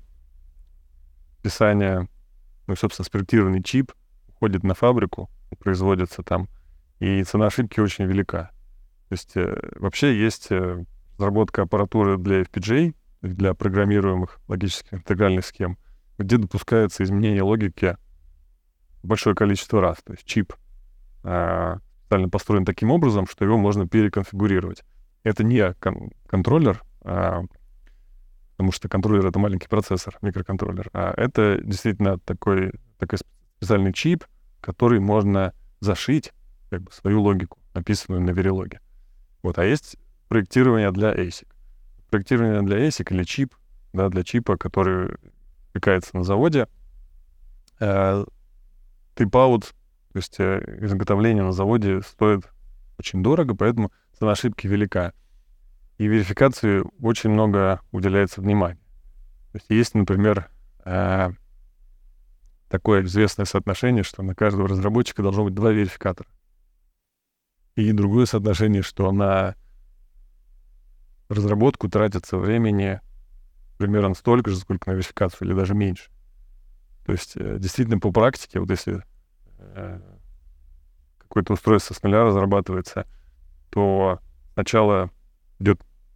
описание, ну, собственно, спроектированный чип уходит на фабрику, производится там, и цена ошибки очень велика. То есть э, вообще есть э, разработка аппаратуры для эф пи джей, для программируемых логических интегральных схем, где допускается изменение логики большое количество раз. То есть чип э, специально построен таким образом, что его можно переконфигурировать. Это не кон- контроллер, а, потому что контроллер — это маленький процессор, микроконтроллер, а это действительно такой, такой специальный чип, который можно зашить как бы свою логику, написанную на Verilog. Вот, а есть проектирование для эйсик. Проектирование для эйсик или чип, да, для чипа, который выпекается на заводе. Э, тейп-аут, то есть э, изготовление на заводе стоит очень дорого, поэтому цена ошибки велика. И верификации очень много уделяется внимания. То есть есть, например, э, такое известное соотношение, что на каждого разработчика должно быть два верификатора. И другое соотношение, что на разработку тратится времени примерно столько же, сколько на верификацию, или даже меньше. То есть э, действительно по практике, вот если э, какое-то устройство с нуля разрабатывается, то сначала идет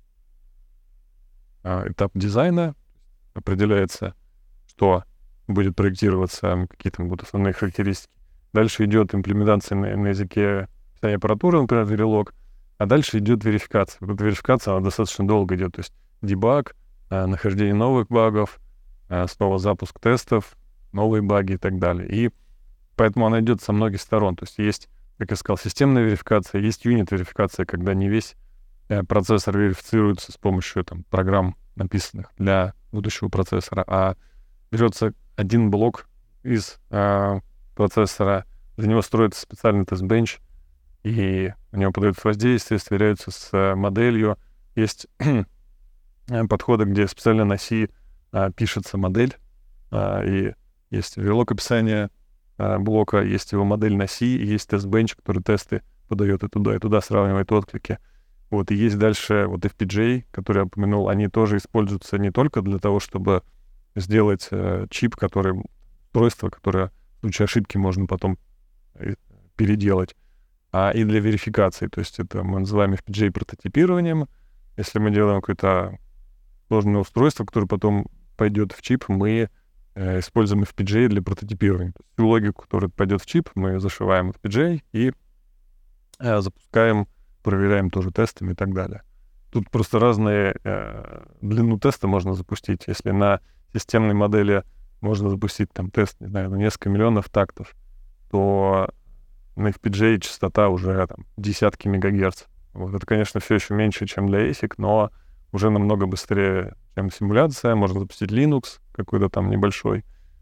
э, этап дизайна, определяется, что будет проектироваться, какие там будут основные характеристики. Дальше идет имплементация на, на языке описания аппаратуры, например, Verilog, а дальше идет верификация. Вот эта верификация, она достаточно долго идет, то есть дебаг, э, нахождение новых багов, э, снова запуск тестов, новые баги и так далее. И поэтому она идет со многих сторон. То есть есть, как я сказал, системная верификация, есть юнит-верификация, когда не весь процессор верифицируется с помощью там, программ, написанных для будущего процессора, а берется один блок из э, процессора, за него строится специальный тест-бенч, и у него подается воздействие, сверяются с э, моделью. Есть подходы, где специально на C э, пишется модель, э, и есть verilog описание э, блока, есть его модель на C, и есть тест-бенч, который тесты подает и туда, и туда, сравнивает отклики. Вот, и есть дальше вот эф пи джей, который я упомянул, они тоже используются не только для того, чтобы сделать э, чип, который, устройство, которое в случае ошибки можно потом переделать, а и для верификации. То есть это мы называем эф пи джей прототипированием. Если мы делаем какое-то сложное устройство, которое потом пойдет в чип, мы э, используем эф пи джей для прототипирования. То есть всю логику, которая пойдет в чип, мы зашиваем эф пи джей и э, запускаем, проверяем тоже тестами и так далее. Тут просто разные э, длину теста можно запустить. Если на системной модели можно запустить там тест, не знаю, на несколько миллионов тактов, то на эф пи джей частота уже там десятки мегагерц. Вот это, конечно, все еще меньше, чем для эйсик, но уже намного быстрее, чем симуляция. Можно запустить Linux какой-то там небольшой,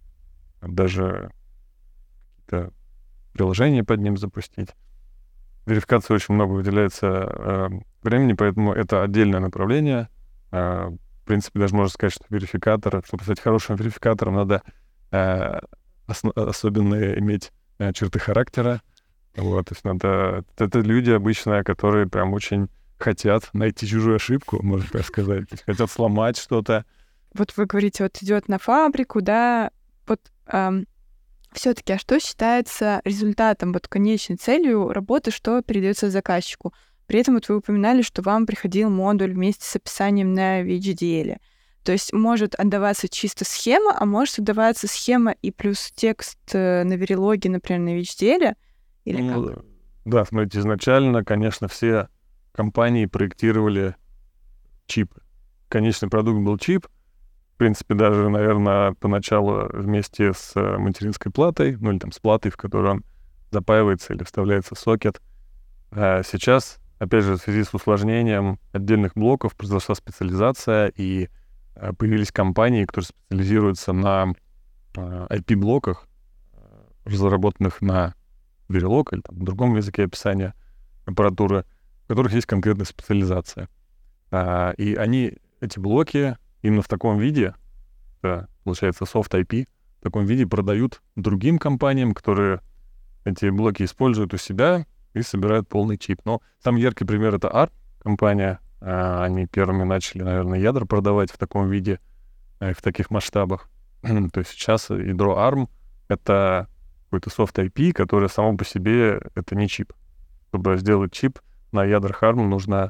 даже какие-то приложения под ним запустить. Верификации очень много выделяется э, времени, поэтому это отдельное направление. Э, в принципе, даже можно сказать, что верификатор, чтобы стать хорошим верификатором, надо э, ос- особенно иметь э, черты характера. Вот, то есть надо... Это люди обычно, которые прям очень хотят найти чужую ошибку, можно так сказать. То есть хотят сломать что-то. Вот вы говорите, вот идет на фабрику, да, вот эм, все-таки, а что считается результатом, вот конечной целью работы, что передается заказчику? При этом вот вы упоминали, что вам приходил модуль вместе с описанием на ви эйч ди эл. То есть может отдаваться чисто схема, а может отдаваться схема и плюс текст на верилоге, например, на ви эйч ди эл? Или ну, как? Да, смотрите, изначально, конечно, все компании проектировали чипы. Конечный продукт был чип. В принципе, даже, наверное, поначалу вместе с материнской платой, ну или там с платой, в которую он запаивается или вставляется в сокет. А сейчас, опять же, в связи с усложнением отдельных блоков произошла специализация, и появились компании, которые специализируются на ай пи-блоках, разработанных на Verilog или там, в другом языке описания аппаратуры, в которых есть конкретная специализация. А, и они, эти блоки, именно в таком виде, это, получается, софт ай пи, в таком виде продают другим компаниям, которые эти блоки используют у себя и собирают полный чип. Но самый яркий пример — это эй ар компания. А, они первыми начали, наверное, ядра продавать в таком виде, в таких масштабах. То есть сейчас ядро арм — это какой-то софт ай пи, который само по себе это не чип. Чтобы сделать чип на ядрах арм, нужно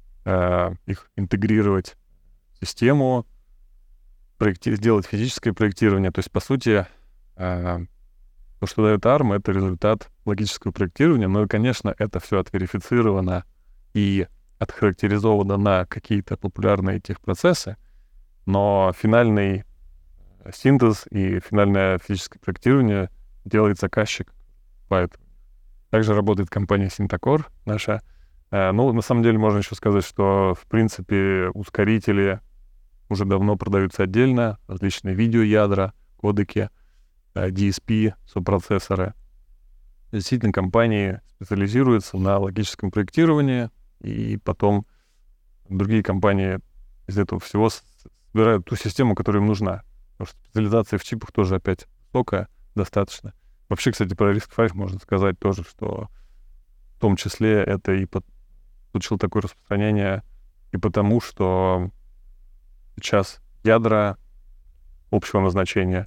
э, их интегрировать в систему, проекти- сделать физическое проектирование. То есть, по сути, э, то, что дает арм, это результат логического проектирования. Но, и, конечно, это все отверифицировано и отхарактеризовано на какие-то популярные техпроцессы, но финальный синтез и финальное физическое проектирование делает заказчик. Поэтому также работает компания Syntacore наша. Ну, на самом деле, можно еще сказать, что, в принципе, ускорители уже давно продаются отдельно, различные видеоядра, кодеки, ди эс пи, сопроцессоры. Действительно, компании специализируются на логическом проектировании, и потом другие компании из этого всего собирают ту систему, которая им нужна. Потому что специализация в чипах тоже опять высокая, достаточно. Вообще, кстати, про риск пять можно сказать тоже, что в том числе это и под... получило такое распространение и потому, что сейчас ядра общего назначения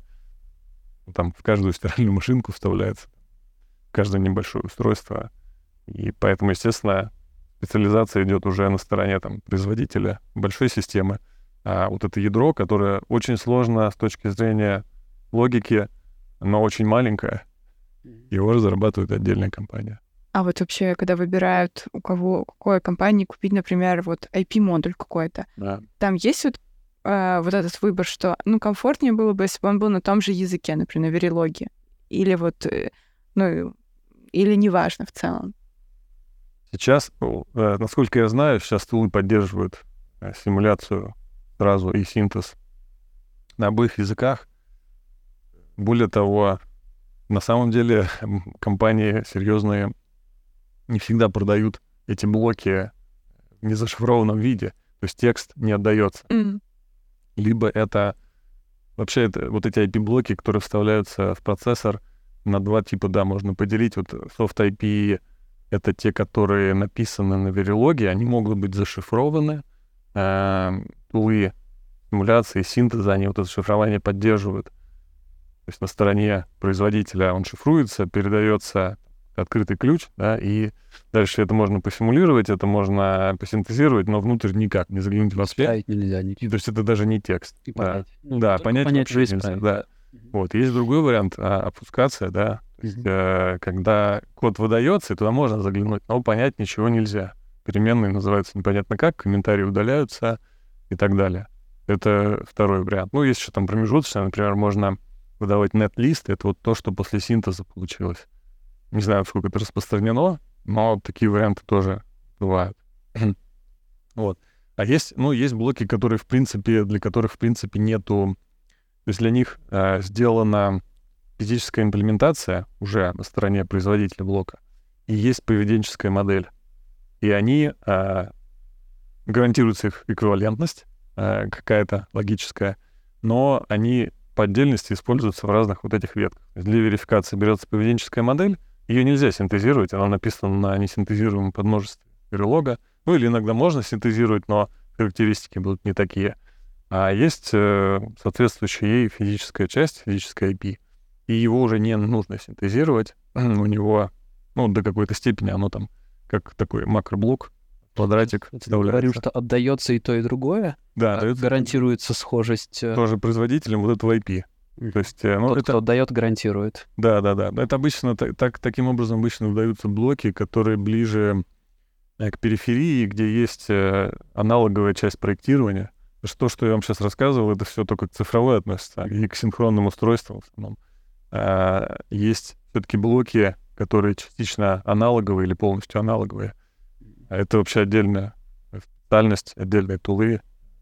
там в каждую стиральную машинку вставляется, в каждое небольшое устройство. И поэтому, естественно, специализация идет уже на стороне там, производителя большой системы. А вот это ядро, которое очень сложно с точки зрения логики, но очень маленькое, его разрабатывает отдельная компания. А вот вообще, когда выбирают, у кого, какой компании купить, например, вот ай пи-модуль какой-то, Да. там есть вот, э, вот этот выбор, что, ну, комфортнее было бы, если бы он был на том же языке, например, на Verilog, или вот, э, ну, или неважно в целом? Сейчас, ну, э, насколько я знаю, сейчас тулы поддерживают э, симуляцию сразу и синтез на обоих языках. Более того, на самом деле компании серьезные не всегда продают эти блоки в незашифрованном виде, то есть текст не отдается. Mm. Либо это вообще это, вот эти ай пи-блоки, которые вставляются в процессор, на два типа, да, можно поделить. Вот soft ай пи — это те, которые написаны на Verilog, они могут быть зашифрованы. Э, тулы симуляции, синтеза, они вот это шифрование поддерживают. То есть на стороне производителя он шифруется, передается открытый ключ, да, и дальше это можно посимулировать, это можно посинтезировать, но внутрь никак не заглянуть вообще. Ставить нельзя ничего. То есть это даже не текст. И да. понять. Ну, да, понять, понять вообще уже нельзя. исправить. Да. Вот. Есть другой вариант, а, обфускация, да. То есть, э, когда код выдается, и туда можно заглянуть, но понять ничего нельзя. Переменные называются непонятно как, комментарии удаляются и так далее. Это второй вариант. Ну, есть еще там промежуточное, например, можно выдавать нет-лист, это вот то, что после синтеза получилось. Не знаю, сколько это распространено, но такие варианты тоже бывают. Вот. А есть, ну, есть блоки, которые, в принципе, для которых, в принципе, нету... То есть для них э, сделана физическая имплементация уже на стороне производителя блока, и есть поведенческая модель. И они... Э, гарантируется их эквивалентность э, какая-то логическая, но они по отдельности используются в разных вот этих ветках. Для верификации берется поведенческая модель, ее нельзя синтезировать, она написана на несинтезируемом подмножестве Verilog. Ну или иногда можно синтезировать, но характеристики будут не такие. А есть э, соответствующая ей физическая часть, физическая ай пи, и его уже не нужно синтезировать. У него, ну, до какой-то степени оно там как такой макроблок, квадратик вставляется. Говорю, что отдается и то, и другое? Да, а отдается гарантируется схожесть... тоже производителем вот этого ай пи. То есть, ну, Тот, это... кто отдает, гарантирует. Да, да, да. Это обычно так, так, таким образом обычно выдаются блоки, которые ближе э, к периферии, где есть э, аналоговая часть проектирования. Потому что то, что я вам сейчас рассказывал, это все только к цифровой относится, и к синхронным устройствам в основном. А, есть все-таки блоки, которые частично аналоговые или полностью аналоговые. А это вообще отдельная специальность, отдельные тулы,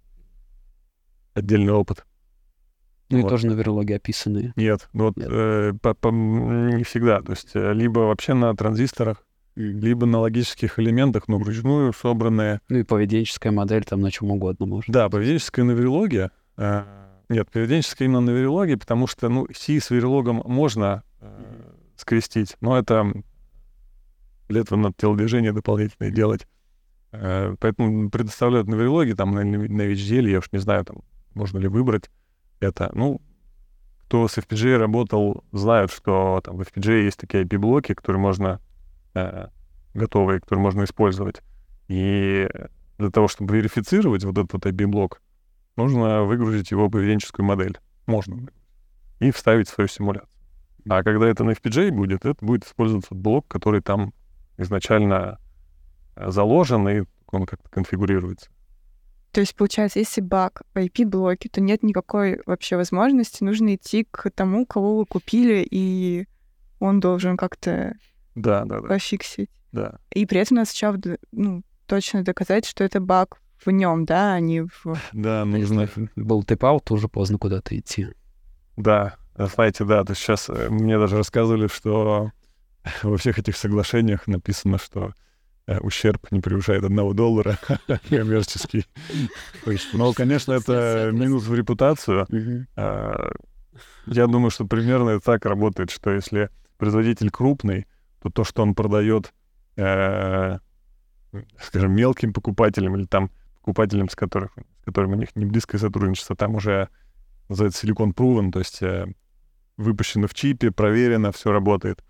отдельный опыт. Ну вот. И тоже на Verilog описанные. Нет, ну вот Нет. Э, по, по, не всегда. То есть э, либо вообще на транзисторах, mm-hmm. либо на логических элементах, но вручную собранные. Ну и поведенческая модель там на чем угодно может. Да, поведенческая на Verilog. Э, нет, поведенческая именно на Verilog, потому что, ну, C с Verilog можно э, mm-hmm. скрестить, но это для этого надо телодвижение дополнительное mm-hmm. делать. Э, поэтому предоставляют на Verilog, там на, на эйч ди эл, я уж не знаю, там можно ли выбрать это. Ну, кто с эф пи джи эй работал, знают, что там в эф пи джи эй есть такие ай пи-блоки, которые можно, э, готовые, которые можно использовать. И для того, чтобы верифицировать вот этот вот ай пи-блок, нужно выгрузить его поведенческую модель. Можно. И вставить в свою симуляцию. А когда это на эф пи джи эй будет, это будет использоваться блок, который там изначально заложен, и он как-то конфигурируется. То есть, получается, если баг в ай пи-блоке, то нет никакой вообще возможности, нужно идти к тому, кого вы купили, и он должен как-то да, да, да. пофиксить. Да. И при этом надо сначала, ну, точно доказать, что это баг в нем, да, а не в... Да, нужно... Был тейп-аут, уже поздно куда-то идти. Да, знаете, да, то есть сейчас мне даже рассказывали, что во всех этих соглашениях написано, что ущерб не превышает одного доллара коммерческий. Но, конечно, это минус в репутацию. Я думаю, что примерно это так работает, что если производитель крупный, то то, что он продает, скажем, мелким покупателям или там покупателям, с, которых, с которыми у них не близкое сотрудничество, там уже называется Silicon Proven, то есть выпущено в чипе, проверено, все работает.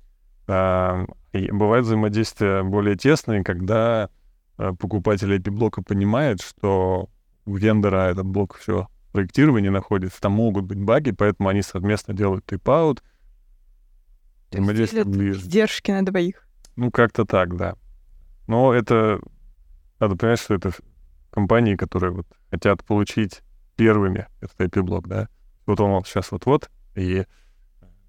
И бывает взаимодействие более тесное, когда покупатель ай пи-блока понимает, что у вендора этот блок все проектирование находится, там могут быть баги, поэтому они совместно делают тейп-аут. Издержки на двоих. Ну, как-то так, да. Но это... Надо понять, что это компании, которые вот хотят получить первыми этот ай пи-блок, да. Вот он сейчас вот-вот, и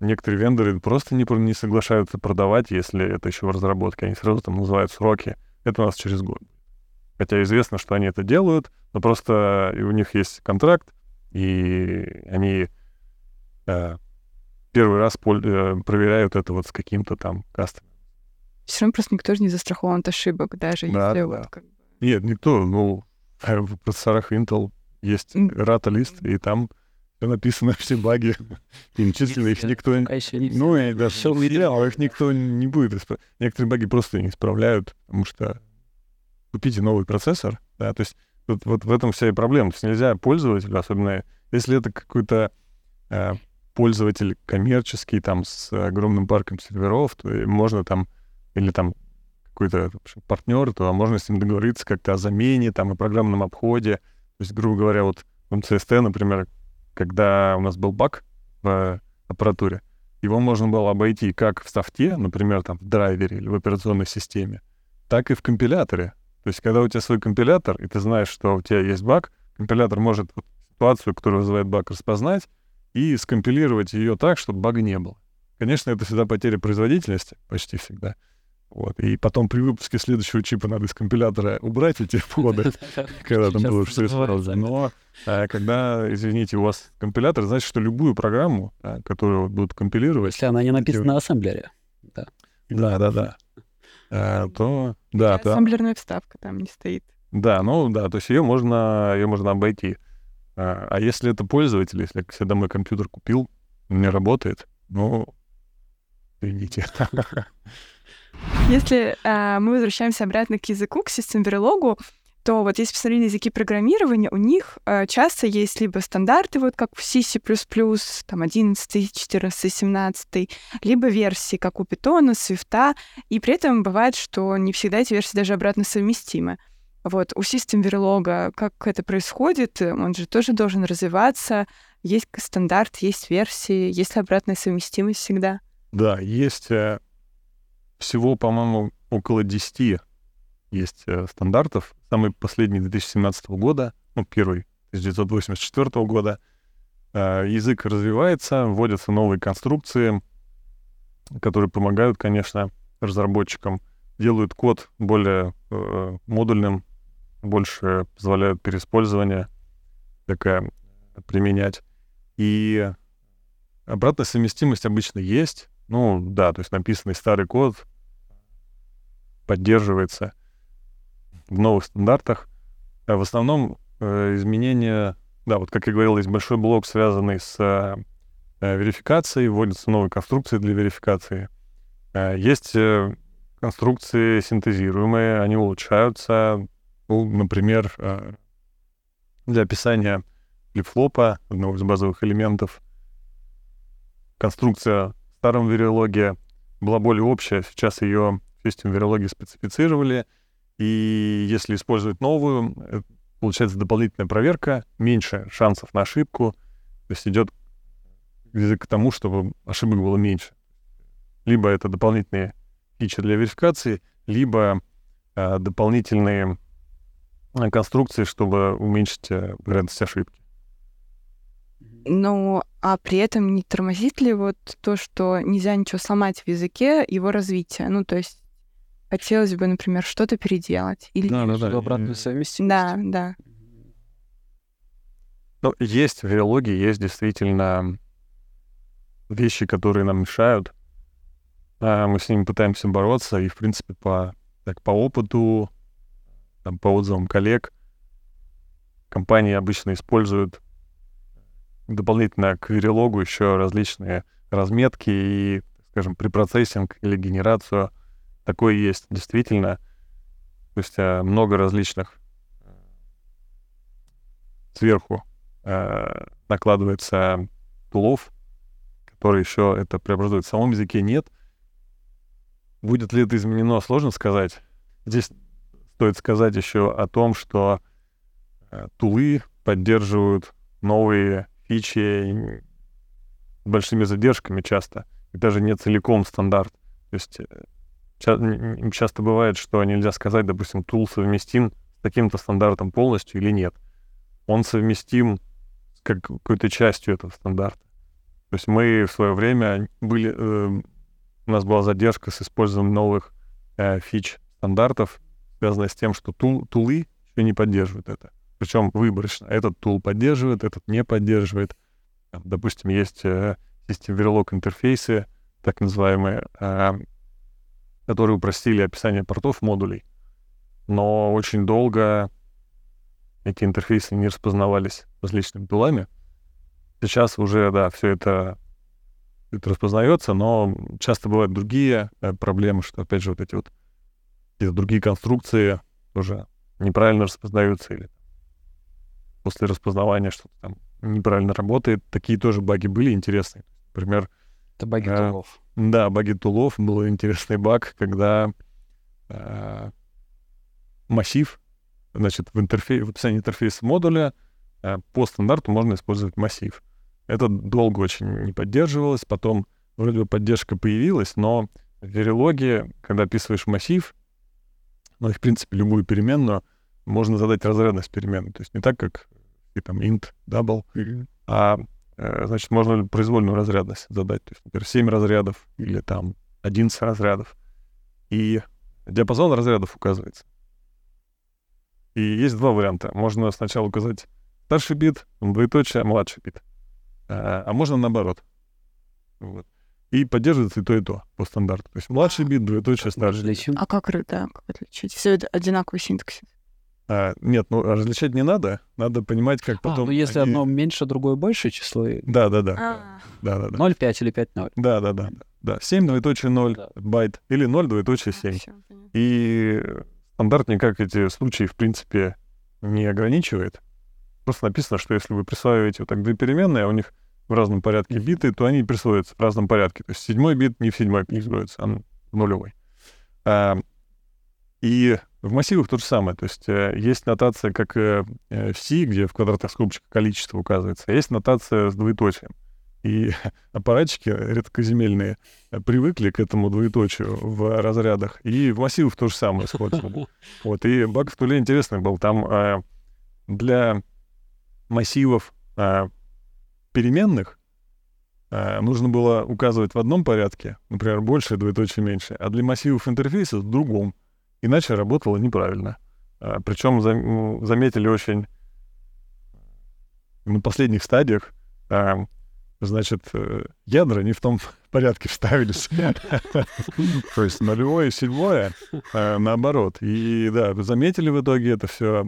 некоторые вендоры просто не, не соглашаются продавать, если это еще в разработке. Они сразу там называют сроки. Это у нас через год. Хотя известно, что они это делают, но просто у них есть контракт, и они э, первый раз поль- э, проверяют это вот с каким-то там кастомером. Все равно просто никто же не застрахован от ошибок, даже Да, если да. вот как бы... Нет, никто. Ну, в процессорах Intel есть рата-лист, и там все написано, все баги. Перечислены, их никто... Ну, и даже все их никто не будет исправлять. Некоторые баги просто не исправляют, потому что купите новый процессор, да, то есть вот, вот в этом вся и проблема. То есть нельзя пользователю, особенно если это какой-то э, пользователь коммерческий, там, с огромным парком серверов, то можно там, или там какой-то партнер, то можно с ним договориться как-то о замене, там, о программном обходе. То есть, грубо говоря, вот в эм си эс ти, например, когда у нас был баг в аппаратуре, его можно было обойти как в софте, например, там, в драйвере или в операционной системе, так и в компиляторе. То есть, когда у тебя свой компилятор, и ты знаешь, что у тебя есть баг, компилятор может вот ситуацию, которая вызывает баг, распознать и скомпилировать ее так, чтобы бага не было. Конечно, это всегда потеря производительности, почти всегда. Вот. И потом при выпуске следующего чипа надо из компилятора убрать эти входы, когда там было все исправлено. Но а, когда, извините, у вас компилятор, значит, что любую программу, а, которую будут компилировать... Если она не написана на ассемблере. Да, да, да. да. А, то... Да, да. Ассемблерная вставка там не стоит. Да, ну да, то есть ее можно, ее можно обойти. А, а если это пользователь, если я себе домой компьютер купил, он не работает, ну, извините. Если э, мы возвращаемся обратно к языку, к System Verilog, то вот если посмотреть на языки программирования, у них э, часто есть либо стандарты, вот как в C, C++, там одиннадцатый, четырнадцатый, семнадцатый, либо версии, как у Python, Swift, и при этом бывает, что не всегда эти версии даже обратно совместимы. Вот у System Verilog как это происходит? Он же тоже должен развиваться. Есть стандарт, есть версии, есть ли обратная совместимость всегда? Да, есть... Всего, по-моему, около десяти есть э, стандартов. Самый последний две тысячи семнадцатого года, ну, первый тысяча девятьсот восемьдесят четвёртого года. Э, язык развивается, вводятся новые конструкции, которые помогают, конечно, разработчикам, делают код более э, модульным, больше позволяют переиспользование такое применять. И обратная совместимость обычно есть. Ну, да, то есть написанный старый код поддерживается в новых стандартах. А в основном э, изменения... Да, вот как я говорил, есть большой блок, связанный с э, верификацией, вводятся новые конструкции для верификации. Э, есть э, конструкции синтезируемые, они улучшаются. Ну, например, э, для описания флип-флопа, одного из базовых элементов, конструкция в старом Verilog была более общая, сейчас ее в System Verilog специфицировали, и если использовать новую, получается дополнительная проверка, меньше шансов на ошибку, то есть идет язык к тому, чтобы ошибок было меньше. Либо это дополнительные фичи для верификации, либо э, дополнительные конструкции, чтобы уменьшить э, вероятность ошибки. Ну, а при этом не тормозит ли вот то, что нельзя ничего сломать в языке, его развитие? Ну, то есть хотелось бы, например, что-то переделать. Или... Да, да, да. Обратную совместимость. Да, да. Ну, есть в Verilog, есть действительно вещи, которые нам мешают. А мы с ними пытаемся бороться, и, в принципе, по, так, по опыту, там, по отзывам коллег, компании обычно используют дополнительно к Verilog еще различные разметки и, скажем, препроцессинг или генерацию. Такое есть действительно. То есть много различных сверху э, накладывается тулов, которые еще это преобразуют. В самом языке нет. Будет ли это изменено, сложно сказать. Здесь стоит сказать еще о том, что э, тулы поддерживают новые фичи с большими задержками часто, и даже не целиком стандарт. То есть ча- часто бывает, что нельзя сказать, допустим, тул совместим с таким-то стандартом полностью или нет. Он совместим с какой-то частью этого стандарта. То есть мы в свое время были... Э, у нас была задержка с использованием новых э, фич стандартов, связанная с тем, что тул, тулы еще не поддерживают это. Причем выборочно. Этот тул поддерживает, этот не поддерживает. Допустим, есть э, System Verilog интерфейсы, так называемые, э, которые упростили описание портов модулей. Но очень долго эти интерфейсы не распознавались различными тулами. Сейчас уже, да, все это, это распознается, но часто бывают другие э, проблемы, что, опять же, вот эти вот какие-то другие конструкции тоже неправильно распознаются или после распознавания что-то там неправильно работает. Такие тоже баги были интересные. Например... Это баги э, тулов. Да, баги тулов. Был интересный баг, когда э, массив, значит, в, интерфей... в описании интерфейса модуля э, по стандарту можно использовать массив. Это долго очень не поддерживалось. Потом вроде бы поддержка появилась, но в Verilog, когда описываешь массив, ну и, в принципе, любую переменную, можно задать разрядность переменной. То есть не так, как и там int, double, mm-hmm. а, э, значит, можно произвольную разрядность задать. То есть, например, семь разрядов или там одиннадцать разрядов. И диапазон разрядов указывается. И есть два варианта. Можно сначала указать старший бит, двоеточие, младший бит. А, а можно наоборот. Вот. И поддерживается и то, и то по стандарту. То есть младший бит, двоеточие, старший бит. А как, да, как отличить? Все это одинаковый синтаксис. А, нет, ну различать не надо. Надо понимать, как потом... А, ну если они... одно меньше, другое больше число... Да, да, да. А. Да, да, да. ноль пять или пять ноль. Да, да, да. Да, семь, двоеточие, ноль Да. байт. Или ноль, двоеточие, семь. И стандарт никак эти случаи, в принципе, не ограничивает. Просто написано, что если вы присваиваете вот так две переменные, а у них в разном порядке биты, то они присвоятся в разном порядке. То есть седьмой бит не в седьмой присвоится, а в нулевой. А, и в массивах то же самое. То есть э, есть нотация, как э, в C, где в квадратных скобочках количество указывается, а есть нотация с двоеточием. И аппаратчики редкоземельные привыкли к этому двоеточию в разрядах, и в массивах то же самое использовали. Вот, и баг в туле интересный был. Там э, для массивов э, переменных э, нужно было указывать в одном порядке, например, больше, двоеточие, меньше, а для массивов интерфейса в другом. Иначе работало неправильно. А, причем за, ну, заметили очень на последних стадиях, а, значит, ядра не в том порядке вставились. То есть нулевое и седьмое наоборот. И да, заметили в итоге это все,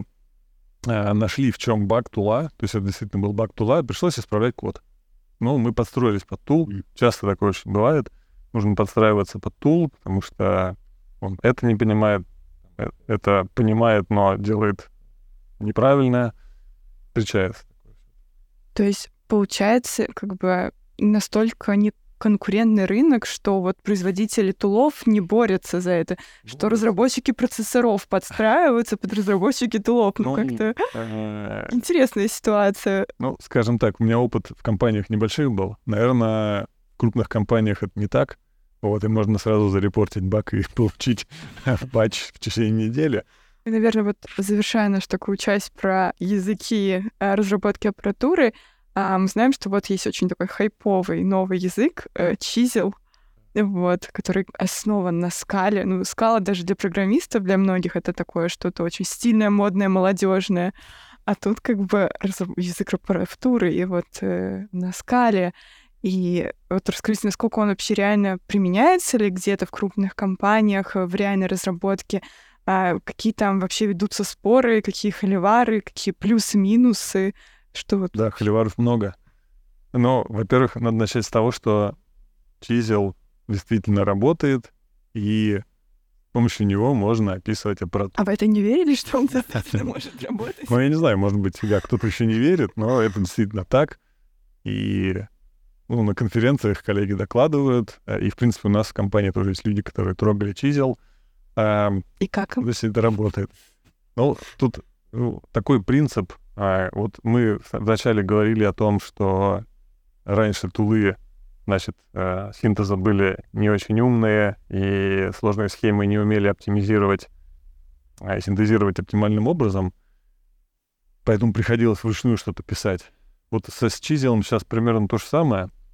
нашли, в чем баг тула. То есть это действительно был баг тула, пришлось исправлять код. Ну, мы подстроились под тул. Часто такое очень бывает. Нужно подстраиваться под тул, потому что он это не понимает, это понимает, но делает неправильно. Встречается. То есть, получается, как бы настолько неконкурентный рынок, что вот производители тулов не борются за это, ну, что разработчики процессоров подстраиваются под разработчики тулов. Ну, ну как-то э... интересная ситуация. Ну, скажем так, у меня опыт в компаниях небольших был. Наверное, в крупных компаниях это не так. Вот, и можно сразу зарепортить баг и получить патч в течение недели. И, наверное, вот завершая нашу такую часть про языки разработки аппаратуры, мы знаем, что вот есть очень такой хайповый новый язык, Chisel, вот, который основан на скале. Ну, скала даже для программистов, для многих это такое что-то очень стильное, модное, молодежное. А тут как бы язык аппаратуры, и вот э, на скале. И вот расскажите, насколько он вообще реально применяется ли где-то в крупных компаниях, в реальной разработке, а какие там вообще ведутся споры, какие холивары, какие плюсы-минусы, что вот... Да, холиваров много. Но, во-первых, надо начать с того, что Chisel действительно работает, и с помощью него можно описывать аппаратуру. А вы это не верили, что он действительно может работать? Ну, я не знаю, может быть, да, кто-то еще не верит, но это действительно так. И... Ну, на конференциях коллеги докладывают, и, в принципе, у нас в компании тоже есть люди, которые трогали Chisel. И как им? То есть это работает. Ну, тут ну, такой принцип. Вот мы вначале говорили о том, что раньше тулы, значит, синтеза были не очень умные, и сложные схемы не умели оптимизировать, синтезировать оптимальным образом, поэтому приходилось вручную что-то писать. Вот с Chisel сейчас примерно то же самое.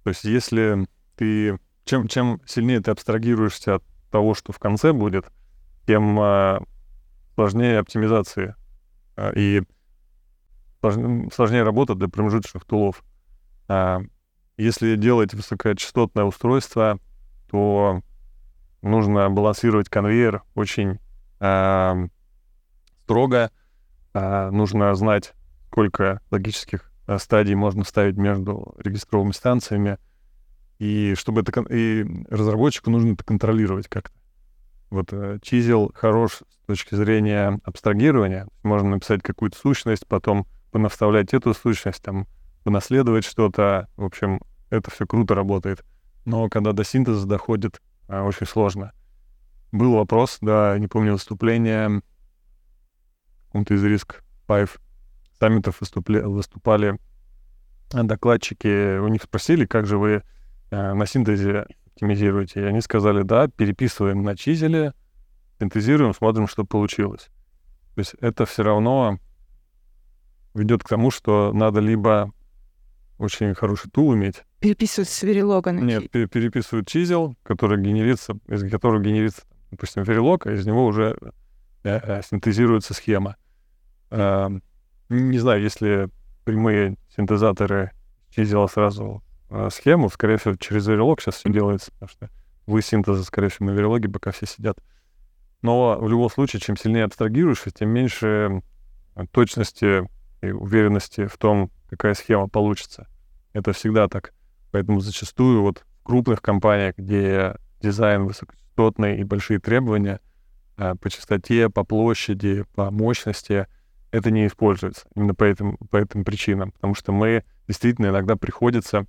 То есть если ты... Чем, чем сильнее ты абстрагируешься от того, что в конце будет, тем а, сложнее оптимизации а, и сложнее, сложнее работа для промежуточных тулов. А, если делать высокочастотное устройство, то нужно балансировать конвейер очень а, строго. А, нужно знать, сколько логических а, стадий можно ставить между регистровыми станциями. И чтобы это... И разработчику нужно это контролировать как-то. Вот чизел хорош с точки зрения абстрагирования. Можно написать какую-то сущность, потом понавставлять эту сущность, там, понаследовать что-то. В общем, это все круто работает. Но когда до синтеза доходит, очень сложно. Был вопрос, да, не помню, выступление в каком-то из риск пять саммитов выступали, выступали докладчики. У них спросили, как же вы на синтезе оптимизируете. И они сказали, да, переписываем на чизеле, синтезируем, смотрим, что получилось. То есть это все равно ведет к тому, что надо либо очень хороший тул иметь. Переписывают с Verilog на Нет, пер- переписывают чизел, который генерится, из которого генерится, допустим, Verilog, а из него уже э, синтезируется схема. Э, не знаю, если прямые синтезаторы чизела сразу схему, скорее всего, через Verilog сейчас все делается, потому что вы синтезы, скорее всего, на Verilog пока все сидят. Но в любом случае, чем сильнее абстрагируешься, тем меньше точности и уверенности в том, какая схема получится. Это всегда так. Поэтому зачастую вот в крупных компаниях, где дизайн высокочастотный и большие требования по частоте, по площади, по мощности, это не используется. Именно по этим, по этим причинам. Потому что мы действительно иногда приходится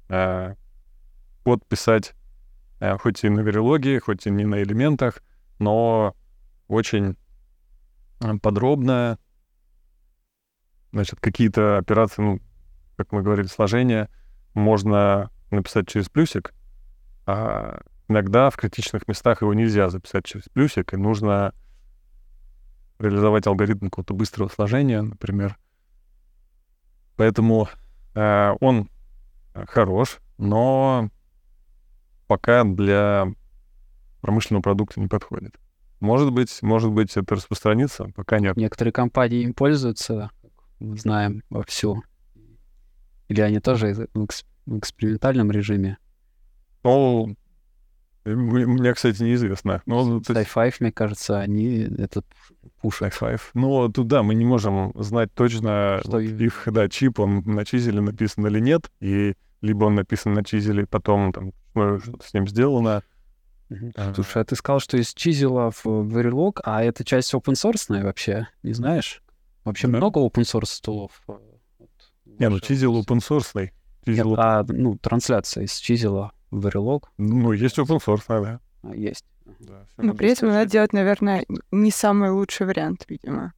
код писать хоть и на Verilog, хоть и не на элементах, но очень подробно. Значит, какие-то операции, ну, как мы говорили, сложения можно написать через плюсик, а иногда в критичных местах его нельзя записать через плюсик, и нужно реализовать алгоритм какого-то быстрого сложения, например. Поэтому э, он хорош, но пока для промышленного продукта не подходит. Может быть, может быть, это распространится, пока нет. Некоторые компании им пользуются, мы знаем, вовсю. Или они тоже в, экс- в экспериментальном режиме? Ну, мне, кстати, неизвестно. ай пять, мне кажется, они это пушат. ай пять. Ну, тут, да, мы не можем знать точно, что вот их, да, чип, он на чизеле написан или нет, и либо он написан на чизеле, потом там что-то с ним сделано. Uh-huh. А, Слушай, а ты сказал, что из чизела в Verilog, а это часть open-source вообще, не знаешь? Вообще да. много open-source тулов? Не, ну чизел open-source. Чизел... Нет, а, ну, трансляция из чизела в Verilog? Ну, есть open-source, да. А, есть. Да, но при этом надо делать, наверное, не самый лучший вариант, видимо.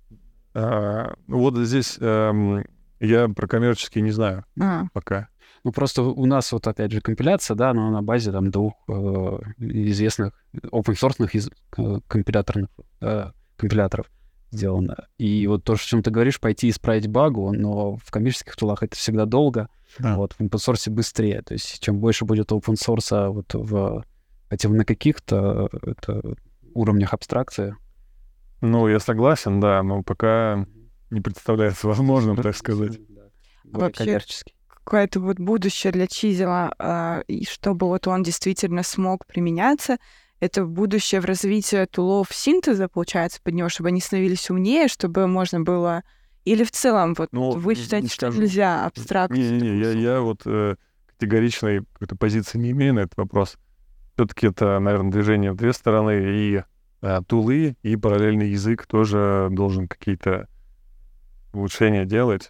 А, вот здесь эм, я про коммерческий не знаю а. пока. Ну, просто у нас вот, опять же, компиляция, да, но на базе там двух э, известных open-source из, э, компиляторных, э, компиляторов сделано. И вот то, о чем ты говоришь, пойти исправить багу, но в коммерческих тулах это всегда долго, да. Вот, в open-source быстрее. То есть чем больше будет open-source вот в, хотя бы на каких-то это, уровнях абстракции. Ну, я согласен, да, но пока не представляется возможным, так сказать. Вообще, коммерческий. Какое-то вот будущее для чизела, э, и чтобы вот он действительно смог применяться, это будущее в развитии тулов синтеза, получается, под него, чтобы они становились умнее, чтобы можно было... Или в целом, вот ну, вы считаете, что скажу, нельзя абстракцию? Не-не-не, я, я вот э, категоричной какой-то позиции не имею на этот вопрос. Все-таки это, наверное, движение в две стороны, и э, тулы, и параллельный язык тоже должен какие-то улучшения делать.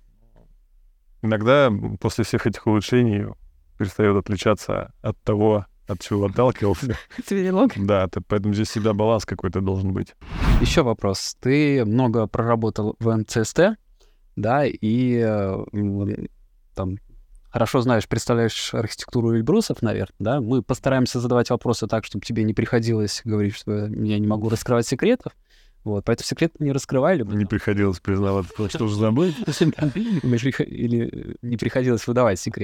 Иногда после всех этих улучшений перестает отличаться от того, от чего отталкивался. Verilog. Да, поэтому здесь всегда баланс какой-то должен быть. Еще вопрос. Ты много проработал в эм си эс ти, да, и там хорошо знаешь, представляешь архитектуру Эльбрусов, наверное, да? Мы постараемся задавать вопросы так, чтобы тебе не приходилось говорить, что я не могу раскрывать секретов. Вот, поэтому секрет не раскрывали. Не приходилось признаваться, что уже забыть. Или не приходилось выдавать секрет.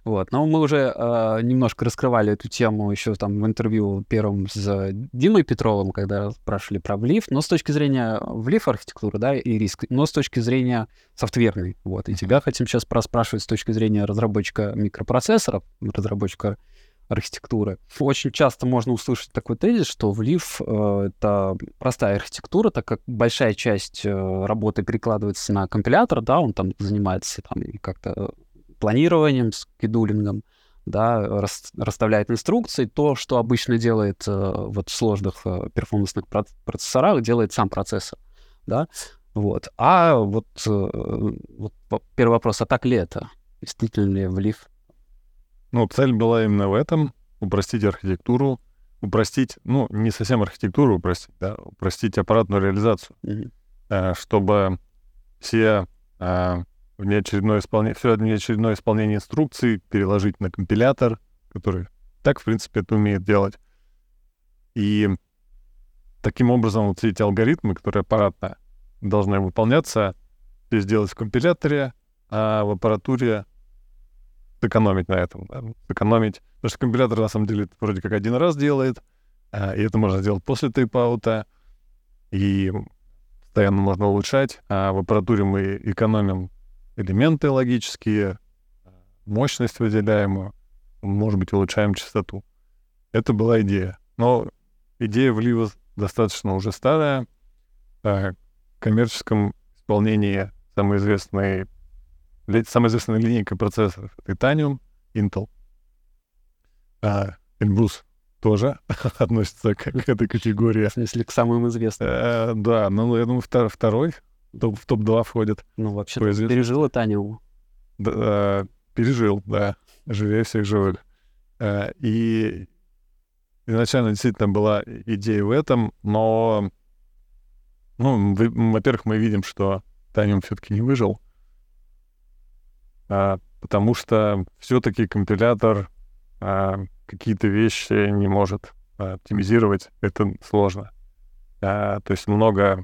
Вот. Но мы уже э, немножко раскрывали эту тему еще там в интервью первым с Димой Петровым, когда спрашивали про влив, но с точки зрения влив архитектуры, да, и риск, но с точки зрения софтверной. Вот. И тебя хотим сейчас проспрашивать с точки зрения разработчика микропроцессоров, разработчика архитектуры. Очень часто можно услышать такой тезис, что влив э, — это простая архитектура, так как большая часть э, работы перекладывается на компилятор, да, он там занимается там как-то планированием, скедулингом, да, рас, расставляет инструкции. То, что обычно делает э, вот в сложных э, перформансных процессорах, делает сам процессор, да, вот. А вот, э, вот первый вопрос, а так ли это? Действительно ли влив? Ну, цель была именно в этом — упростить архитектуру, упростить, ну, не совсем архитектуру упростить, да, упростить аппаратную реализацию, mm-hmm. чтобы все внеочередное исполнение, все внеочередное исполнение инструкций переложить на компилятор, который так, в принципе, это умеет делать. И таким образом вот все эти алгоритмы, которые аппаратно должны выполняться, все сделать в компиляторе, а в аппаратуре сэкономить на этом. Да? Сэкономить. Потому что компилятор, на самом деле, вроде как один раз делает, а, и это можно сделать после тейп-аута, и постоянно можно улучшать. А в аппаратуре мы экономим элементы логические, мощность выделяемую, может быть, улучшаем частоту. Это была идея. Но идея влива достаточно уже старая. В коммерческом исполнении самой известной, самой известной линейкой процессоров — это Titanium, Intel. А Эльбрус тоже относится к, к этой категории. В смысле, к самым известным. А, да, ну, я думаю, втор, второй топ, в топ-два входит. Ну, вообще-то пережил Titanium. Да, пережил, да. Живее всех живых. А, и изначально действительно была идея в этом, но, ну, во-первых, мы видим, что Titanium все-таки не выжил, а, потому что все-таки компилятор а, какие-то вещи не может а, оптимизировать. Это сложно. А, то есть много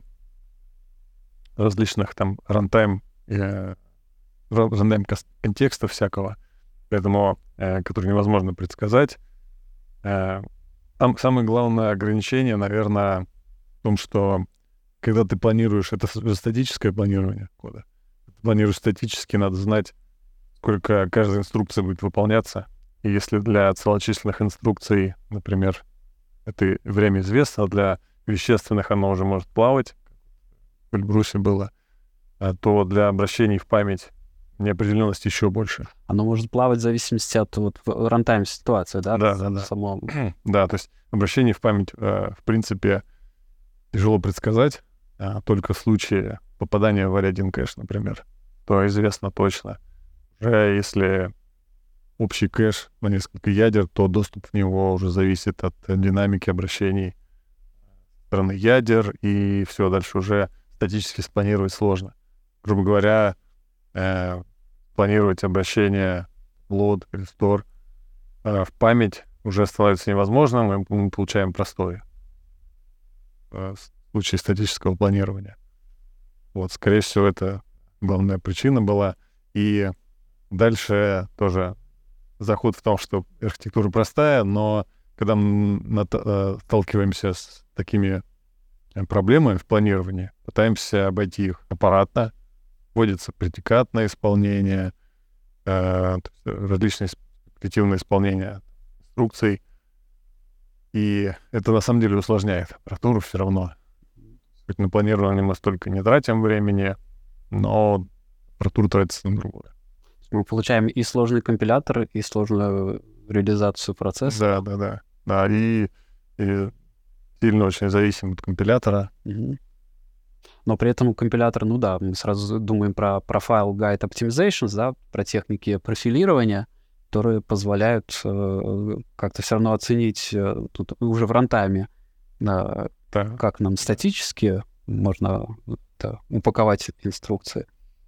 различных там рантайм, э, рантайм контекста всякого, поэтому, э, который невозможно предсказать. Э, там самое главное ограничение, наверное, в том, что когда ты планируешь, это статическое планирование кода, ты планируешь статически, надо знать, сколько каждая инструкция будет выполняться. И если для целочисленных инструкций, например, это время известно, а для вещественных оно уже может плавать, в Эльбрусе было, то для обращений в память неопределенность еще больше. Оно может плавать в зависимости от вот, рантайм ситуации, да? Да, да, да. Само... Да, то есть обращение в память, в принципе, тяжело предсказать, а только в случае попадания в ар один кэш, например, то известно точно. Уже если общий кэш на несколько ядер, то доступ в него уже зависит от динамики обращений стороны ядер, и все, дальше уже статически спланировать сложно. Грубо говоря, э, планировать обращение load или store э, в память уже становится невозможным, и мы получаем простое э, в случае статического планирования. Вот, скорее всего, это главная причина была. И дальше тоже заход в том, что архитектура простая, но когда мы нат- э, сталкиваемся с такими проблемами в планировании, пытаемся обойти их аппаратно, вводится предикатное исполнение, э, различные спекулятивные исполнения инструкций, и это на самом деле усложняет аппаратуру все равно. Хоть на планирование мы столько не тратим времени, но аппаратура тратится на другое. Мы получаем и сложный компилятор, и сложную реализацию процесса. Да, да, да. Да, и, и сильно очень зависим от компилятора. Угу. Но при этом компилятор, ну да, мы сразу думаем про Profile Guide Optimizations, да, про техники профилирования, которые позволяют э, как-то все равно оценить э, тут уже в рантайме, э, да. Как нам статически можно да, упаковать инструкции.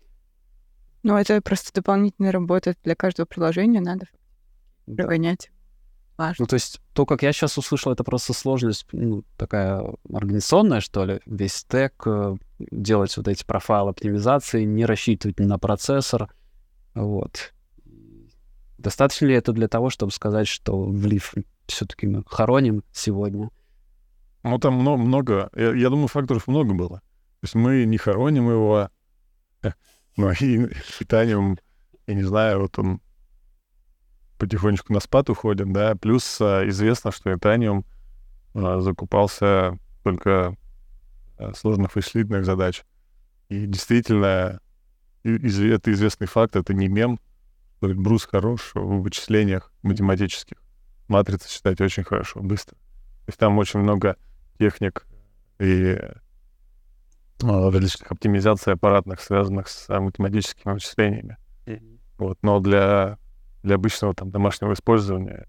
Ну, это просто дополнительная работа для каждого приложения, надо да. прогонять. Важно. Ну, то есть то, как я сейчас услышал, это просто сложность, ну, такая организационная, что ли, весь стек, делать вот эти профайлы оптимизации, не рассчитывать на процессор, вот. Достаточно ли это для того, чтобы сказать, что в Лив все-таки мы хороним сегодня? Ну, там много, много я, я думаю, факторов много было. То есть мы не хороним его, ну, и питанием, я не знаю, вот он потихонечку на спад уходит, да, плюс а, известно, что Итаниум а, закупался только а, сложных вычислительных задач. И действительно, из, это известный факт, это не мем, что Эльбрус хорош в вычислениях математических. Матрицы считать очень хорошо, быстро. То есть там очень много техник и а, различных оптимизаций аппаратных, связанных с а, математическими вычислениями. Mm-hmm. Вот, но для, для обычного там домашнего использования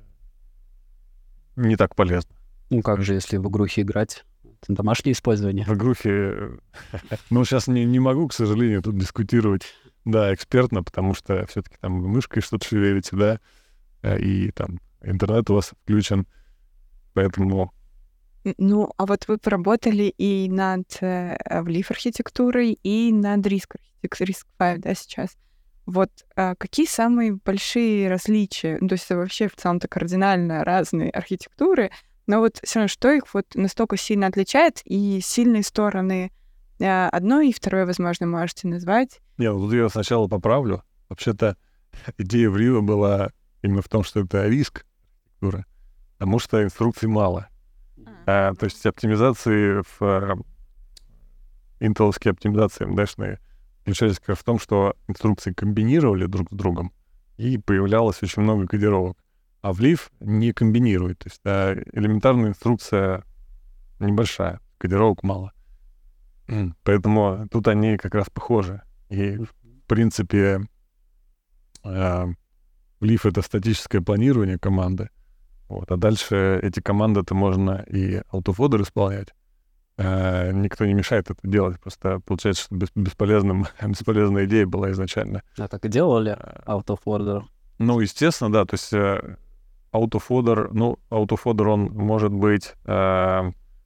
не так полезно. Ну как же, если в игрухи играть? Это домашнее использование. В игрухи... Ну, сейчас не, не могу, к сожалению, тут дискутировать, да, экспертно, потому что все-таки там вы мышкой что-то шевелите, да, и там интернет у вас включен, поэтому... Ну, а вот вы поработали и над э, Лив-архитектурой, и над риск-архитектурой, риск-файв, да, сейчас. Вот э, какие самые большие различия? Ну, то есть это вообще в целом-то кардинально разные архитектуры, но вот все равно, что их вот настолько сильно отличает, и сильные стороны э, одной и второй, возможно, можете назвать? Не, ну тут я сначала поправлю. Вообще-то идея в Рио была именно в том, что это риск-архитектура, потому что инструкций мало. А, то есть оптимизации в а, интеловские оптимизации эм ди-шные заключались как раз в том, что инструкции комбинировали друг с другом, и появлялось очень много кодировок. А в Лив не комбинирует. То есть а, элементарная инструкция небольшая, кодировок мало. Поэтому тут они как раз похожи. И, в принципе, а, Лив — это статическое планирование команды. Вот, а дальше эти команды-то можно и аутофодер исполнять. А, никто не мешает это делать. Просто получается, что бесполезным, бесполезная идея была изначально. А так и делали аутофодер? Ну, естественно, да. То есть аутофодер, ну, аутофодер, он может быть а,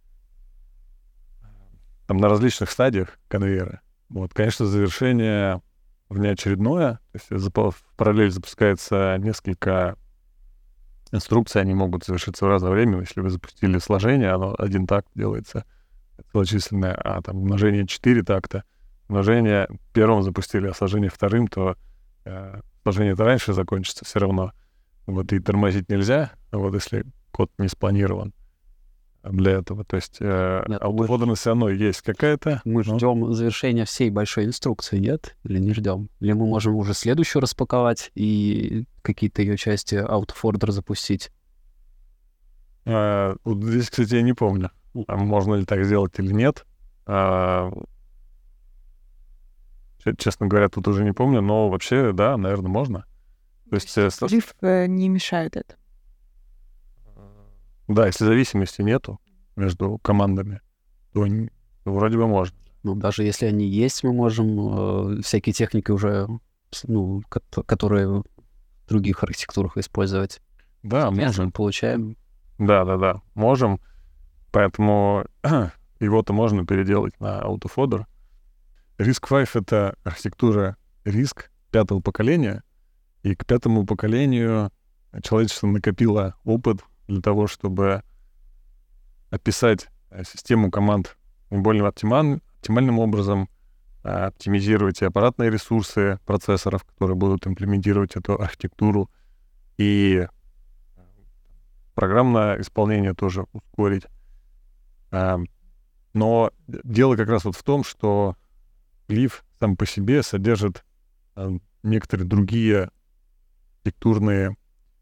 там на различных стадиях конвейера. Вот, конечно, завершение внеочередное. То есть в параллель запускается несколько инструкций, они могут завершиться в разное время. Если вы запустили сложение, оно один такт делается целочисленное, а там умножение четыре такта. Умножение первым запустили, а сложение вторым, то э, сложение-то раньше закончится все равно. Вот и тормозить нельзя, вот если код не спланирован для этого. То есть э, аутофодерность все равно есть какая-то. Мы но... ждем завершения всей большой инструкции, нет? Или не ждем? Или мы можем уже следующую распаковать и какие-то ее части аутофордер запустить? А, вот здесь, кстати, я не помню, а можно ли так сделать или нет. А, честно говоря, тут уже не помню, но вообще, да, наверное, можно. То есть Лив э, не мешает это? Да, если зависимости нету между командами, то, не, то вроде бы можно. Ну, даже если они есть, мы можем э, всякие техники уже, ну, ко- которые в других архитектурах использовать. Да, можем. Получаем. Да, да, да, можем. Поэтому его-то можно переделать на аутофодер. риск-файв — это архитектура риск пятого поколения, и к пятому поколению человечество накопило опыт для того, чтобы описать систему команд наиболее оптималь, оптимальным образом, оптимизировать и аппаратные ресурсы процессоров, которые будут имплементировать эту архитектуру, и программное исполнение тоже ускорить. Но дело как раз вот в том, что Лив сам по себе содержит некоторые другие архитектурные,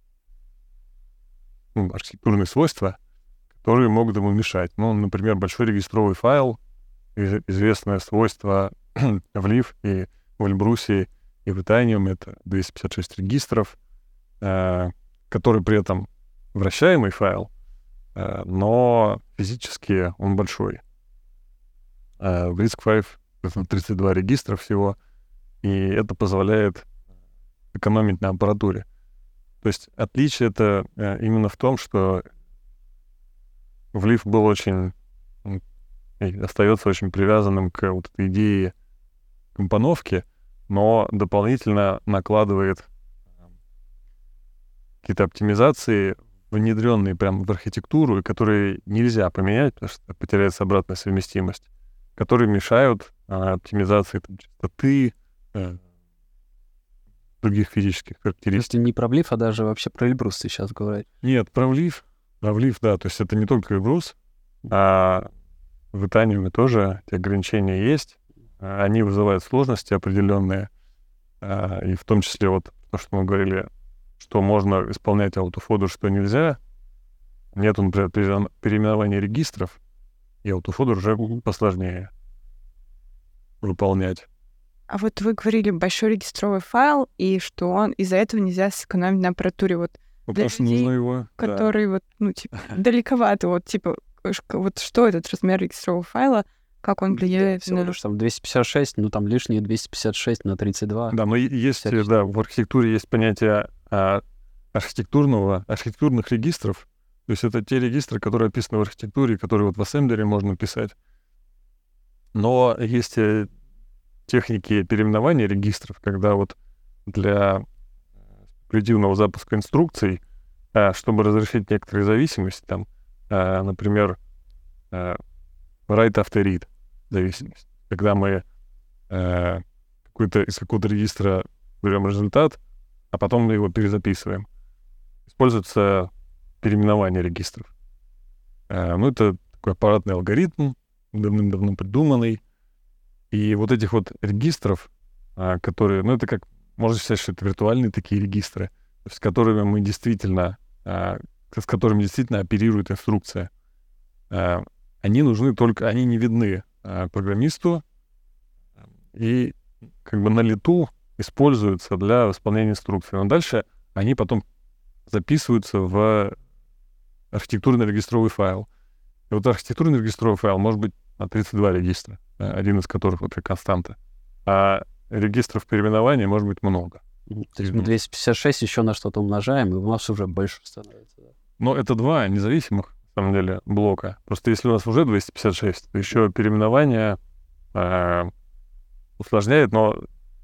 ну, архитектурные свойства, которые могут ему мешать. Ну, например, большой регистровый файл, известное свойство в Лив и в Эльбрусе и в Итаниуме — это двести пятьдесят шесть регистров, э, который при этом вращаемый файл, э, но физически он большой. Э, в риск-файв тридцать два регистра всего, и это позволяет экономить на аппаратуре. То есть отличие это э, именно в том, что в Лив был очень и остается очень привязанным к вот этой идее компоновки, но дополнительно накладывает какие-то оптимизации, внедренные прямо в архитектуру, и которые нельзя поменять, потому что потеряется обратная совместимость, которые мешают а, оптимизации там, частоты, а, других физических характеристик. Если не про Блиф, а даже вообще про Эльбрус ты сейчас говоришь. Нет, про Блиф, про Блиф, да, то есть это не только Эльбрус, а в Итаниуме тоже эти ограничения есть, они вызывают сложности определенные, а, и в том числе вот то, что мы говорили, что можно исполнять аутофоду, что нельзя. Нет, например, переименования регистров, и аутофодер уже посложнее выполнять. А вот вы говорили большой регистровый файл, и что он из-за этого нельзя сэкономить на аппаратуре. Вот Ну, для потому что людей, нужно его... которые вот, ну, типа, далековато, вот, типа, вот что этот размер регистрового файла, как он влияет Всего на... лишь там двести пятьдесят шесть, ну там лишние двести пятьдесят шесть на тридцать два. Да, но есть, Всячески. да, в архитектуре есть понятие а, архитектурного, архитектурных регистров. То есть это те регистры, которые описаны в архитектуре, которые вот в ассемблере можно писать. Но есть э, техники переименования регистров, когда вот для оперативного запуска инструкций, а, чтобы разрешить некоторые зависимости, там, а, например, а, write after read зависимость. Когда мы э, какой-то, из какого-то регистра берем результат, а потом мы его перезаписываем. Используется переименование регистров. Э, ну, это такой аппаратный алгоритм, давным-давно придуманный. И вот этих вот регистров, э, которые, ну, это как, можно считать, что это виртуальные такие регистры, с которыми мы действительно, э, с которыми действительно оперирует инструкция. Э, они нужны только, они не видны э, программисту и как бы на лету используются для исполнения инструкции. Но дальше они потом записываются в архитектурный регистровый файл. И вот архитектурный регистровый файл может быть на тридцать два регистра, э, один из которых вот как константа. А регистров переименования может быть много. То есть мы двести пятьдесят шесть еще на что-то умножаем, и у нас уже больше становится. Да? Но это два независимых, на самом деле, блока. Просто если у нас уже двести пятьдесят шесть, то еще переименование э, усложняет, но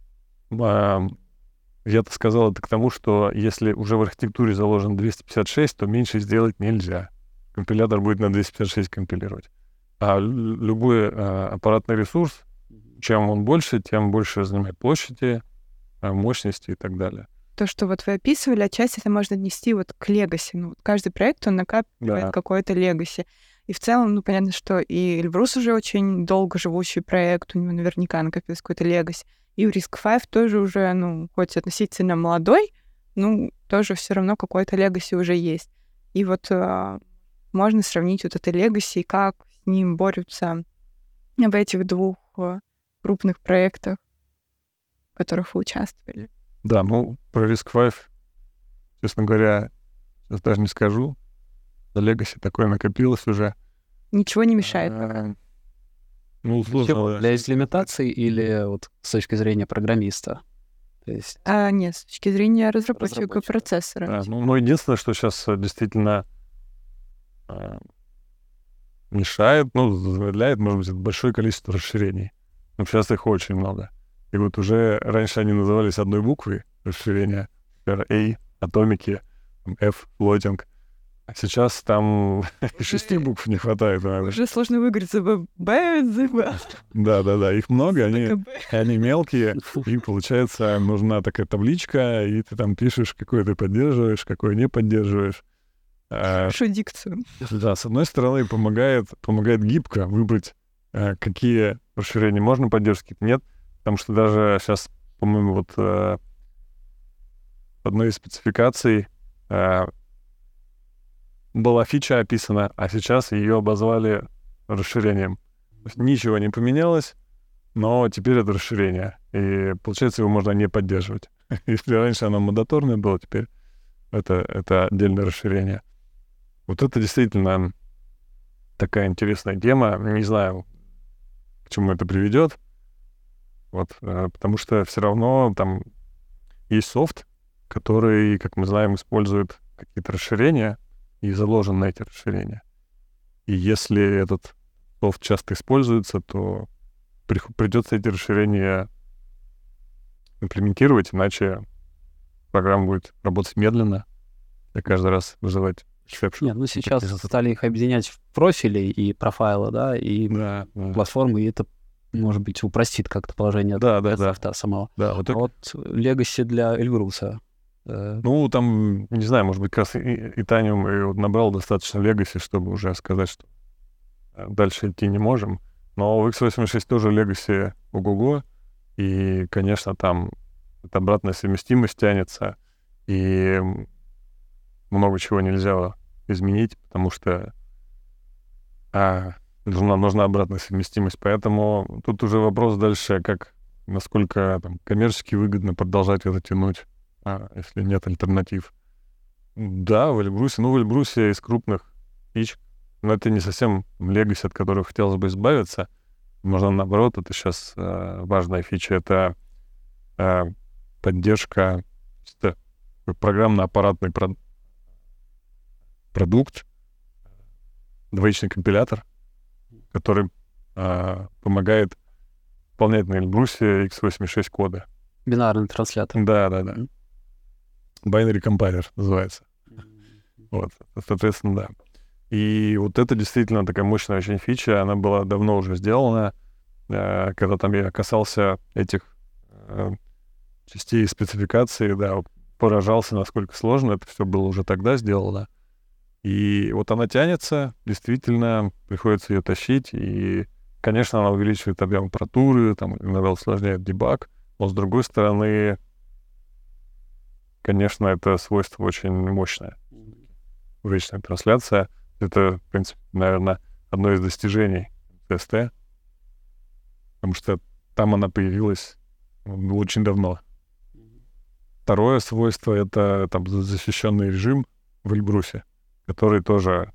э, я-то сказал это к тому, что если уже в архитектуре заложен двести пятьдесят шесть, то меньше сделать нельзя. Компилятор будет на двести пятьдесят шесть компилировать. А любой э, аппаратный ресурс, чем он больше, тем больше занимает площади, э, мощности и так далее. То, что вот вы описывали, отчасти это можно отнести вот к легаси. Ну, каждый проект, он накапливает Да. какое-то легаси. И в целом, ну, понятно, что и Эльбрус уже очень долго живущий проект, у него наверняка накопилось какой-то легаси. И у риск пять тоже уже, ну, хоть относительно молодой, ну, тоже все равно какой-то легаси уже есть. И вот а, можно сравнить вот это легаси, как с ним борются в этих двух а, крупных проектах, в которых вы участвовали. Да, ну, про риск пять, честно говоря, сейчас даже не скажу. За Legacy такое накопилось уже. Ничего не мешает. А, ну, Чего? сложно. Для имплементации или вот с точки зрения программиста? То есть... А, нет, с точки зрения разработчика Разработчика. процессора. Да, ну, ну, единственное, что сейчас действительно а, мешает, ну, замедляет, может быть, это большое количество расширений. Но сейчас их очень много. И вот уже раньше они назывались одной буквой расширения, например, A, атомики, F, флотинг. А сейчас там и шести букв не хватает. наверное. Уже сложно выговорить зубы Б, зубы. Да-да-да, их много, они, БКБ. они мелкие, и получается нужна такая табличка, и ты там пишешь, какой ты поддерживаешь, какой не поддерживаешь. А, Хорошо дикцию. да, с одной стороны, помогает, помогает гибко выбрать, а, какие расширения можно поддерживать, какие нет. Потому что даже сейчас, по-моему, вот э, в одной из спецификаций э, была фича описана, а сейчас ее обозвали расширением. То есть ничего не поменялось, но теперь это расширение. И получается, его можно не поддерживать. Если раньше оно модаторное было, теперь это, это отдельное расширение. Вот это действительно такая интересная тема. Не знаю, к чему это приведет. Вот, потому что все равно там есть софт, который, как мы знаем, использует какие-то расширения и заложен на эти расширения. И если этот софт часто используется, то придется эти расширения имплементировать, иначе программа будет работать медленно, и каждый раз вызывать эксепшн. Нет, ну сейчас стали их объединять в профили и профайлы, да, и да, да. платформы, и это, может быть, упростит как-то положение да, да, да. софта самого. Да, вот, а вот Legacy для Эльбруса. Э... Ну, там, не знаю, может быть, как раз Итаниум и вот набрал достаточно Legacy, чтобы уже сказать, что дальше идти не можем. Но в икс восемьдесят шесть тоже Legacy ого-го, и, конечно, там эта обратная совместимость тянется, и много чего нельзя изменить, потому что а, нужна, нужна обратная совместимость. Поэтому тут уже вопрос дальше, как насколько там, коммерчески выгодно продолжать это тянуть, а, если нет альтернатив. Да, в Эльбрусе, ну, в Эльбрусе из крупных фич, но это не совсем легаси, от которых хотелось бы избавиться. Можно наоборот, это сейчас э, важная фича, это э, поддержка, это программно-аппаратный про- продукт, двоичный компилятор, который э, помогает выполнять на Эльбрусе икс восемьдесят шесть коды. Бинарный транслятор. Да, да, да. Binary Compiler называется. Mm-hmm. Вот, соответственно, да. И вот это действительно такая мощная очень фича, она была давно уже сделана, э, когда там я касался этих э, частей спецификации, да, поражался, насколько сложно это все было уже тогда сделано. И вот она тянется, действительно, приходится ее тащить, и, конечно, она увеличивает объем аппаратуры, там, иногда усложняет дебаг, но, с другой стороны, конечно, это свойство очень мощное. Вечная трансляция — это, в принципе, наверное, одно из достижений ти эс ти, потому что там она появилась ну, очень давно. Второе свойство — это там защищенный режим в Эльбрусе, который тоже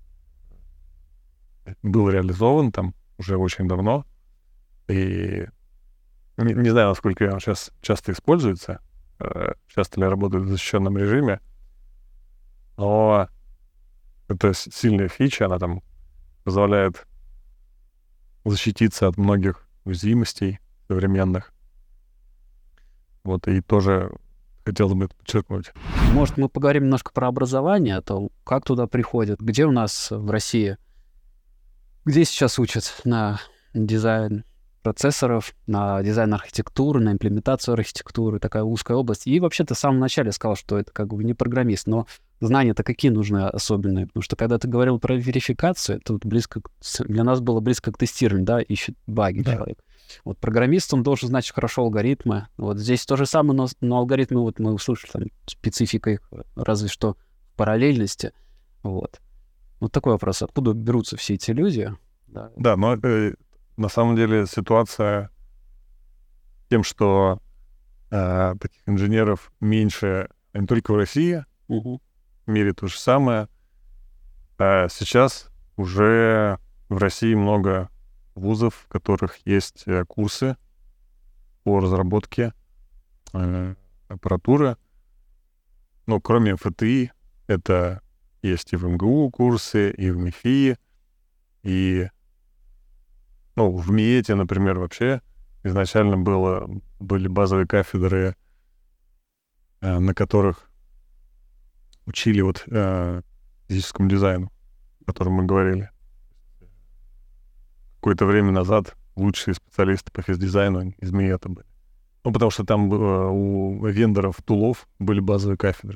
был реализован там уже очень давно. И не, не знаю, насколько он сейчас часто используется, часто ли работает в защищенном режиме, но это сильная фича, она там позволяет защититься от многих уязвимостей современных. Вот, и тоже хотелось бы это подчеркнуть. Может, мы поговорим немножко про образование, а то как туда приходят, где у нас в России, где сейчас учат на дизайн процессоров, на дизайн архитектуры, на имплементацию архитектуры, такая узкая область. И вообще ты в самом начале сказал, что это как бы не программист, но знания-то какие нужны особенные? Потому что когда ты говорил про верификацию, это вот близко, для нас было близко к тестированию, да, ищет баги да. человек. Вот программист, он должен знать хорошо алгоритмы. Вот здесь то же самое, но, но алгоритмы, вот мы услышали, там, специфика их разве что в параллельности. Вот. Вот такой вопрос. Откуда берутся все эти люди? Да, да но э, на самом деле ситуация тем, что э, таких инженеров меньше не только в России, угу. в мире то же самое. А сейчас уже в России много вузов, в которых есть э, курсы по разработке э, аппаратуры. Но кроме эф ти и, это есть и в эм гэ у курсы, и в МИФИ, и ну, в МИЭТе, например, вообще изначально было, были базовые кафедры, э, на которых учили вот э, физическому дизайну, о котором мы говорили. Какое-то время назад лучшие специалисты по физдизайну из МИЭТа были. Ну, потому что там э, у вендоров тулов были базовые кафедры.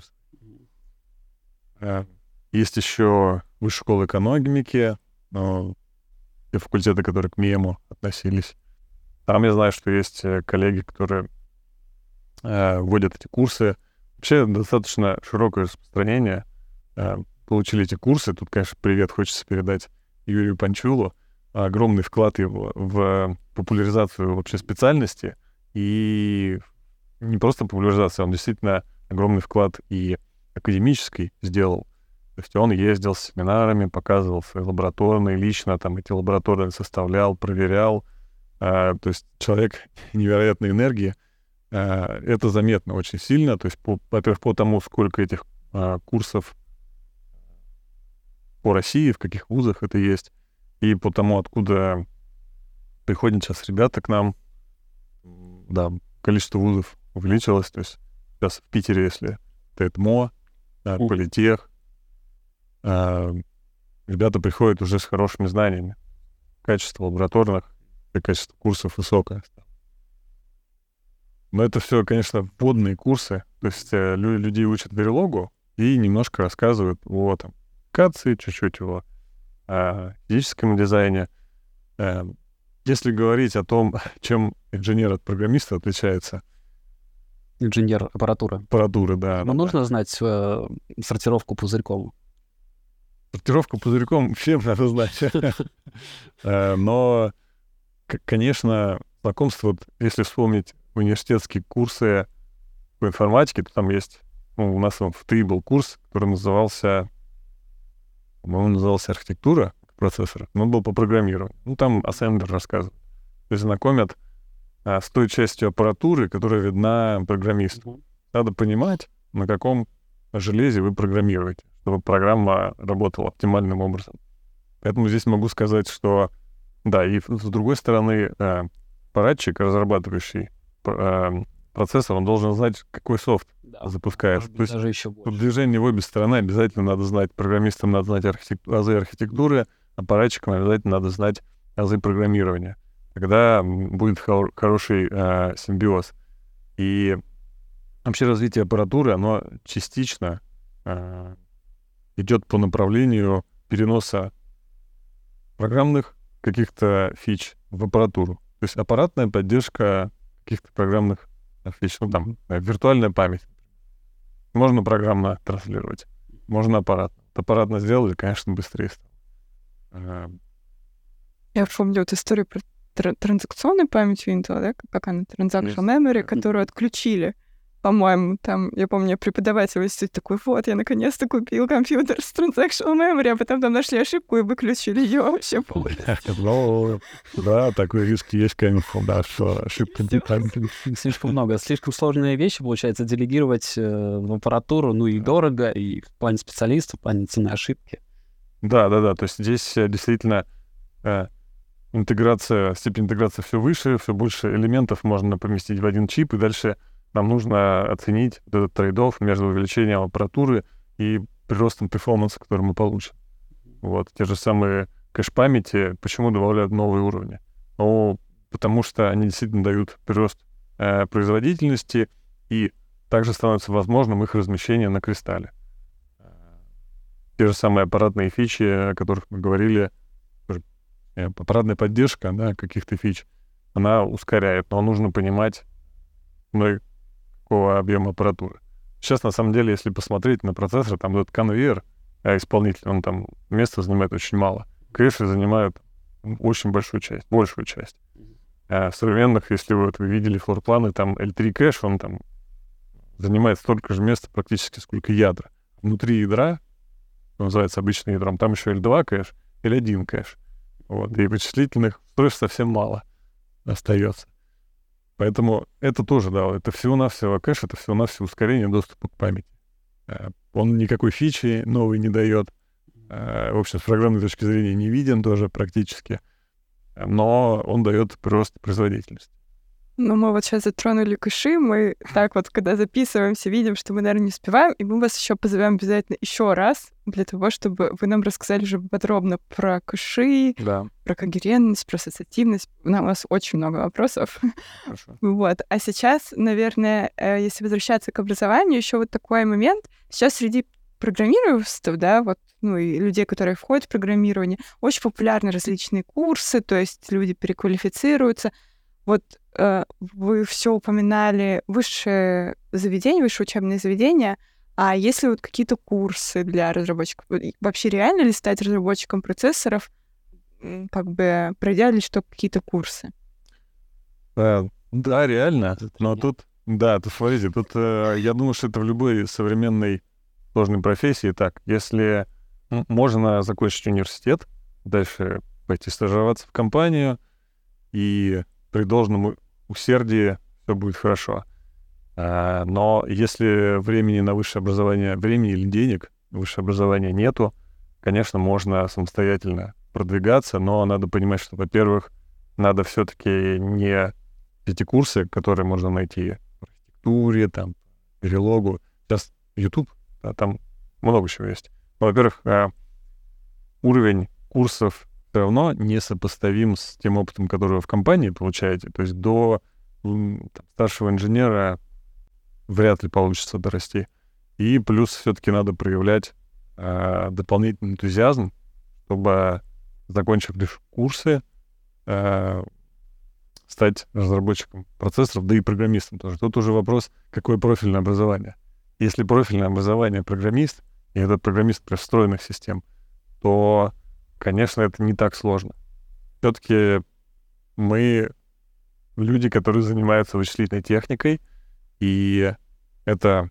Э, есть еще Высшая школа экономики, э, те факультеты, которые к МИЭМу относились. Там я знаю, что есть коллеги, которые э, вводят эти курсы. Вообще достаточно широкое распространение. Э, получили эти курсы. Тут, конечно, привет хочется передать Юрию Панчулу. Огромный вклад его в популяризацию вообще специальности. И не просто популяризация, он действительно огромный вклад и академический сделал. То есть он ездил с семинарами, показывал свои лабораторные, лично там эти лабораторные составлял, проверял. А, то есть человек невероятной энергии. А, это заметно очень сильно. То есть, по, во-первых, по тому, сколько этих а, курсов по России, в каких вузах это есть, и по тому, откуда приходят сейчас ребята к нам. Да, количество вузов увеличилось. То есть сейчас в Питере, если это ЭТМО, а, политех. А, ребята приходят уже с хорошими знаниями. Качество лабораторных и качество курсов высокое. Но это все, конечно, вводные курсы. То есть э, лю- людей учат Verilog и немножко рассказывают о там, коммуникации, чуть-чуть о, о физическом дизайне. Э, если говорить о том, чем инженер от программиста отличается. Инженер аппаратуры. Аппаратуры, да. Но да, нужно да. знать э, сортировку пузырьком. Сортировку пузырьком всем надо знать. Но, конечно, знакомство, вот, если вспомнить университетские курсы по информатике, то там есть, ну, у нас в ТИ был курс, который назывался, по-моему, назывался «Архитектура процессора», но он был по программированию. Ну, там ассемблер рассказывает. То есть знакомят а, с той частью аппаратуры, которая видна программисту. Надо понимать, на каком железе вы программируете, чтобы программа работала оптимальным образом. Поэтому здесь могу сказать, что да, и с другой стороны, э, аппаратчик, разрабатывающий э, процессор, он должен знать, какой софт Да, запускается. может быть, То есть даже еще в больше. движении в обе стороны обязательно надо знать, программистам надо знать архитек... азы архитектуры, аппаратчикам обязательно надо знать азы программирования. Тогда будет хор- хороший э, симбиоз. И вообще развитие аппаратуры, оно частично э, идет по направлению переноса программных каких-то фич в аппаратуру. То есть аппаратная поддержка каких-то программных фич. Ну, там, э, виртуальная память. Можно программно транслировать, можно аппаратно. Вот аппаратно сделали, конечно, быстрее стало. Э, Я помню вот историю про тр- транзакционную память у Intel, да, как она, Transaction Memory, которую отключили. По-моему, там, я помню, преподаватель в институте такой, вот, я наконец-то купил компьютер с Transaction Memory, а потом там нашли ошибку и выключили ее вообще полностью. Ну, да, такой риск есть, конечно, да, что ошибка деталь. Слишком много. Слишком сложные вещи, получается, делегировать э, в аппаратуру, ну и дорого, и в плане специалистов, в плане цены ошибки. Да, да, да. То есть здесь э, действительно э, интеграция, степень интеграции все выше, все больше элементов можно поместить в один чип, и дальше нам нужно оценить вот этот трейд-офф между увеличением аппаратуры и приростом перформанса, который мы получим. Вот. Те же самые кэш-памяти, почему добавляют новые уровни? Ну, потому что они действительно дают прирост э, производительности, и также становится возможным их размещение на кристалле. Те же самые аппаратные фичи, о которых мы говорили, аппаратная поддержка, да, каких-то фич, она ускоряет, но нужно понимать, ну, какого объема аппаратуры. Сейчас, на самом деле, если посмотреть на процессор, там этот конвейер, а исполнитель, он там места занимает очень мало. Кэши занимают очень большую часть, большую часть. А в современных, если вы, вот, вы видели флорпланы, там эл три кэш, он там занимает столько же места практически, сколько ядра. Внутри ядра, что называется обычным ядром, там еще эл два кэш, эл один кэш. Вот, и вычислительных устройств совсем мало остается. Поэтому это тоже, да, это всего-навсего кэш, это всего-навсего ускорение доступа к памяти. Он никакой фичи новой не дает. В общем, с программной точки зрения не виден тоже практически. Но он дает прирост производительности. Ну, мы вот сейчас затронули кэши, мы так вот, когда записываемся, видим, что мы, наверное, не успеваем, и мы вас еще позовем обязательно еще раз для того, чтобы вы нам рассказали уже подробно про кэши, Да. про когерентность, про ассоциативность. У нас очень много вопросов. Хорошо. Вот. А сейчас, наверное, если возвращаться к образованию, еще вот такой момент. Сейчас среди программистов, да, вот, ну, и людей, которые входят в программирование, очень популярны различные курсы, то есть люди переквалифицируются. Вот э, вы все упоминали высшее заведение, высшее учебное заведение, а есть ли вот какие-то курсы для разработчиков? Вообще реально ли стать разработчиком процессоров, как бы пройдя ли что какие-то курсы? Да, да, реально. Но тут, да, тут смотрите, тут э, я думаю, что это в любой современной сложной профессии так. Если можно закончить университет, дальше пойти стажироваться в компанию, и при должном усердии все будет хорошо. А, но если времени на высшее образование, времени или денег на высшее образование нету, конечно, можно самостоятельно продвигаться, но надо понимать, что, во-первых, надо все-таки не эти курсы, которые можно найти в архитектуре, там, Verilog. Сейчас YouTube, да, там много чего есть. Ну, во-первых, э, уровень курсов все равно несопоставим с тем опытом, который вы в компании получаете. То есть до м, там, старшего инженера вряд ли получится дорасти. И плюс все-таки надо проявлять э, дополнительный энтузиазм, чтобы, закончив лишь курсы, э, стать разработчиком процессоров, да и программистом тоже. Тут уже вопрос, какое профильное образование. Если профильное образование программист, и это программист при встроенных систем, то, конечно, это не так сложно. Все-таки мы люди, которые занимаются вычислительной техникой, и это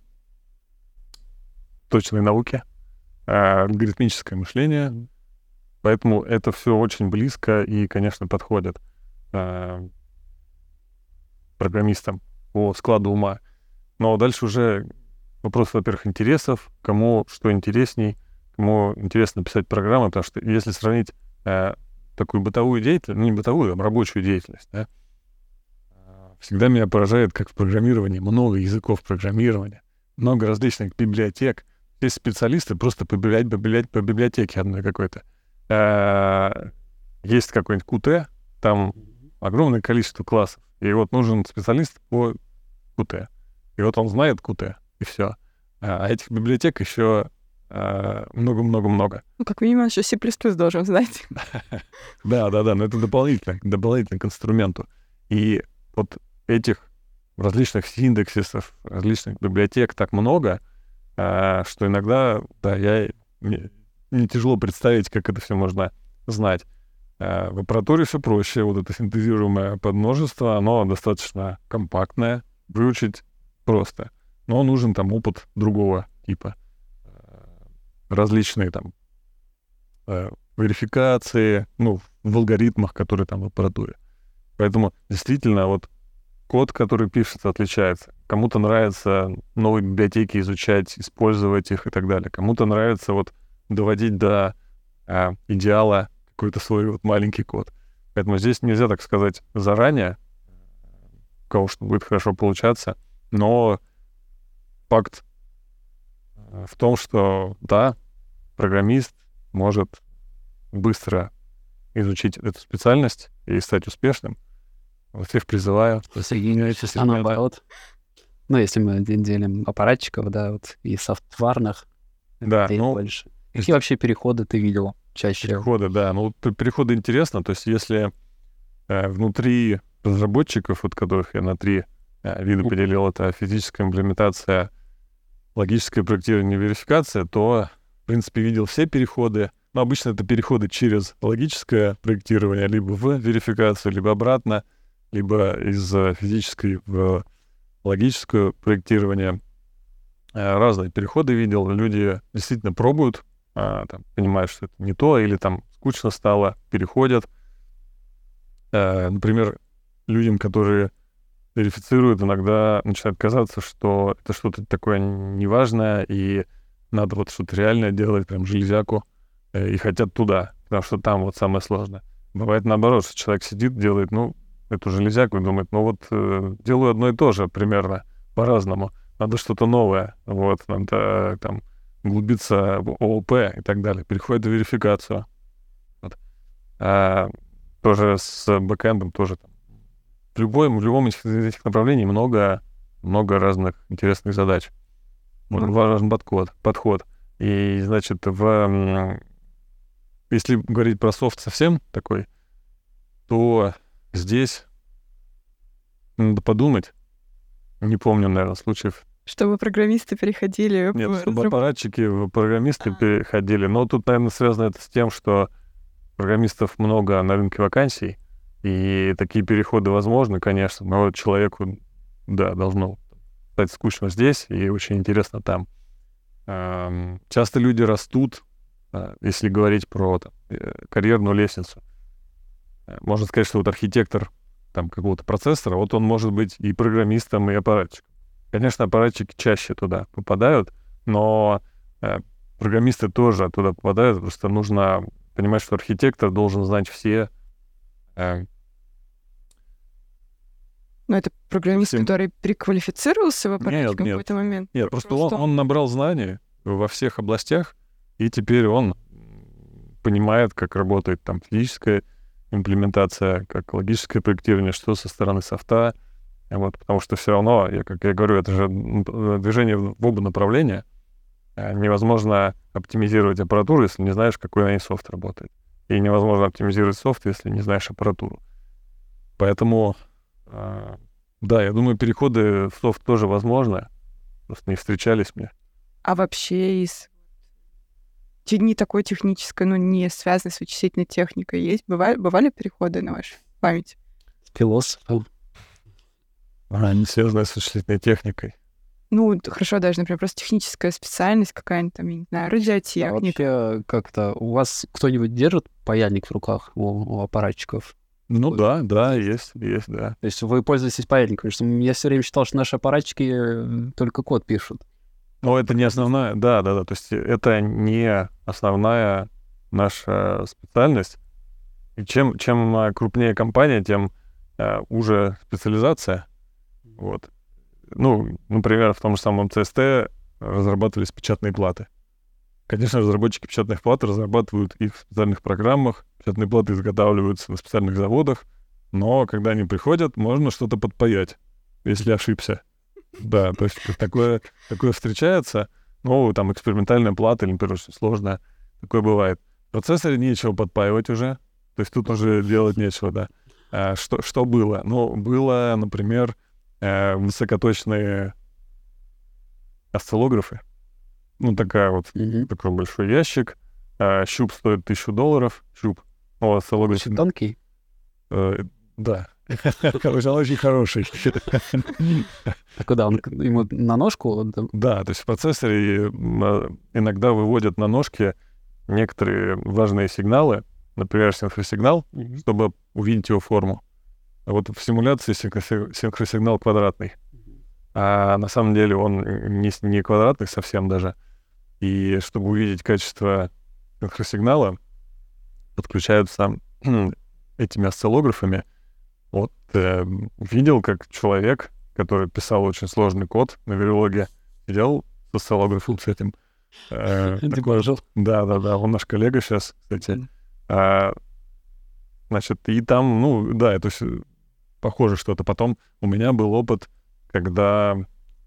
точные науки, алгоритмическое мышление, поэтому это все очень близко и, конечно, подходит э, программистам по складу ума. Но дальше уже вопрос, во-первых, интересов, кому что интересней, кому интересно писать программы, потому что если сравнить э, такую бытовую деятельность, ну не бытовую, а рабочую деятельность, да, всегда меня поражает, как в программировании много языков программирования, много различных библиотек. Есть специалисты просто по, библи... по, библи... по библиотеке одной какой-то. А, есть какой-нибудь кью ти, там огромное количество классов. И вот нужен специалист по кью ти. И вот он знает кью ти, и все. А этих библиотек еще а, много-много-много. Ну, как минимум, еще C++ должен знать. Да, да, да, но это дополнительно, дополнительно к инструменту. И вот этих различных синтаксисов, различных библиотек так много, а, что иногда, да, я, мне, мне тяжело представить, как это все можно знать. А, в аппаратуре все проще. Вот это синтезируемое подмножество, оно достаточно компактное, выучить просто. Но нужен там опыт другого типа. Различные там верификации, ну, в алгоритмах, которые там в аппаратуре. Поэтому действительно вот код, который пишется, отличается. Кому-то нравится новые библиотеки изучать, использовать их и так далее. Кому-то нравится вот доводить до а, идеала какой-то свой вот маленький код. Поэтому здесь нельзя так сказать заранее, у кого что будет хорошо получаться, но факт в том, что да, программист может быстро изучить эту специальность и стать успешным. Вот всех призываю. Присоединяйтесь, а наоборот. Ну, если мы делим аппаратчиков, да, вот, и софтварных, да, ну, больше. Какие вообще переходы ты видел чаще? Переходы, да. Ну, вот переходы интересно. То есть если э, внутри разработчиков, вот которых я на три э, вида uh-huh. поделил, это физическая имплементация, логическое проектирование, верификация, то, в принципе, видел все переходы. Но обычно это переходы через логическое проектирование, либо в верификацию, либо обратно, либо из физической в логическое проектирование. Разные переходы видел. Люди действительно пробуют, а, там, понимают, что это не то, или там скучно стало, переходят. А, например, людям, которые верифицируют, иногда начинает казаться, что это что-то такое неважное, и надо вот что-то реальное делать, прям железяку, и хотят туда, потому что там вот самое сложное. Бывает наоборот, что человек сидит, делает, ну, эту железяку и думает, ну вот э, делаю одно и то же примерно, по-разному. Надо что-то новое, вот, надо там углубиться в ООП и так далее. Переходит в верификацию. Вот. А, тоже с бэкэндом тоже там. В любом, в любом из этих направлений много, много разных интересных задач. Mm-hmm. Важен подход, подход. И, значит, в, если говорить про софт совсем такой, то здесь надо подумать. Не помню, наверное, случаев. Чтобы программисты переходили... Нет, в... чтобы аппаратчики в программисты а. переходили. Но тут, наверное, связано это с тем, что программистов много на рынке вакансий, и такие переходы возможны, конечно, но человеку, да, должно стать скучно здесь и очень интересно там. Часто люди растут, если говорить про там, карьерную лестницу. Можно сказать, что вот архитектор там какого-то процессора, вот он может быть и программистом, и аппаратчиком. Конечно, аппаратчики чаще туда попадают, но э, программисты тоже туда попадают, просто нужно понимать, что архитектор должен знать все... Э, Но это программист, всем... который переквалифицировался в аппаратчик в какой-то момент? Нет, просто, просто он, он набрал знаний, во всех областях, и теперь он понимает, как работает там физическая имплементация, как логическое проектирование, что со стороны софта. Вот, потому что все равно, я, как я говорю, это же движение в оба направления. Невозможно оптимизировать аппаратуру, если не знаешь, какой на ней софт работает. И невозможно оптимизировать софт, если не знаешь аппаратуру. Поэтому, э, да, я думаю, переходы в софт тоже возможны. Просто не встречались мне. А вообще из не такой технической, ну, не связанной с вычислительной техникой есть? Бывали, бывали переходы на вашей памяти? Философом. А, не связанная с вычислительной техникой. Ну, хорошо, даже, например, просто техническая специальность какая-нибудь там, я не знаю, радиотехника. А вообще как-то у вас кто-нибудь держит паяльник в руках у, у аппаратчиков? Ну Ой. да, да, есть, есть, да. То есть вы пользуетесь паяльником? Потому что я все время считал, что наши аппаратчики только код пишут. Ну, это не основная, да, да, да. То есть это не основная наша специальность. И чем, чем крупнее компания, тем uh, уже специализация. Вот. Ну, например, в том же самом си эс ти разрабатывались печатные платы. Конечно, разработчики печатных плат разрабатывают их в специальных программах, печатные платы изготавливаются на специальных заводах, но когда они приходят, можно что-то подпаять, если ошибся. Да, то есть такое, такое встречается, ну, там экспериментальная плата, или, например, очень сложная, такое бывает. В процессоре нечего подпаивать уже, то есть тут уже делать нечего, да. А что, что было? Ну, было, например, высокоточные осциллографы. Ну, такая вот, mm-hmm. такой большой ящик. А, щуп стоит тысячу долларов. Щуп. О, осциллограф. Очень тонкий? Э, да. Он очень хороший. А куда? Он ему на ножку? Да, то есть в процессоре иногда выводят на ножки некоторые важные сигналы, например, синхросигнал, mm-hmm. чтобы увидеть его форму. А вот в симуляции синхросигнал квадратный. А на самом деле он не, не квадратный совсем даже. И чтобы увидеть качество синхросигнала, подключаются этими осциллографами. Вот э, видел, как человек, который писал очень сложный код на Verilog, сидел с осциллографом с этим. Э, такой, да, да, да. Он наш коллега сейчас, кстати. А, значит, и там, ну, да, это все похоже что-то. Потом у меня был опыт, когда...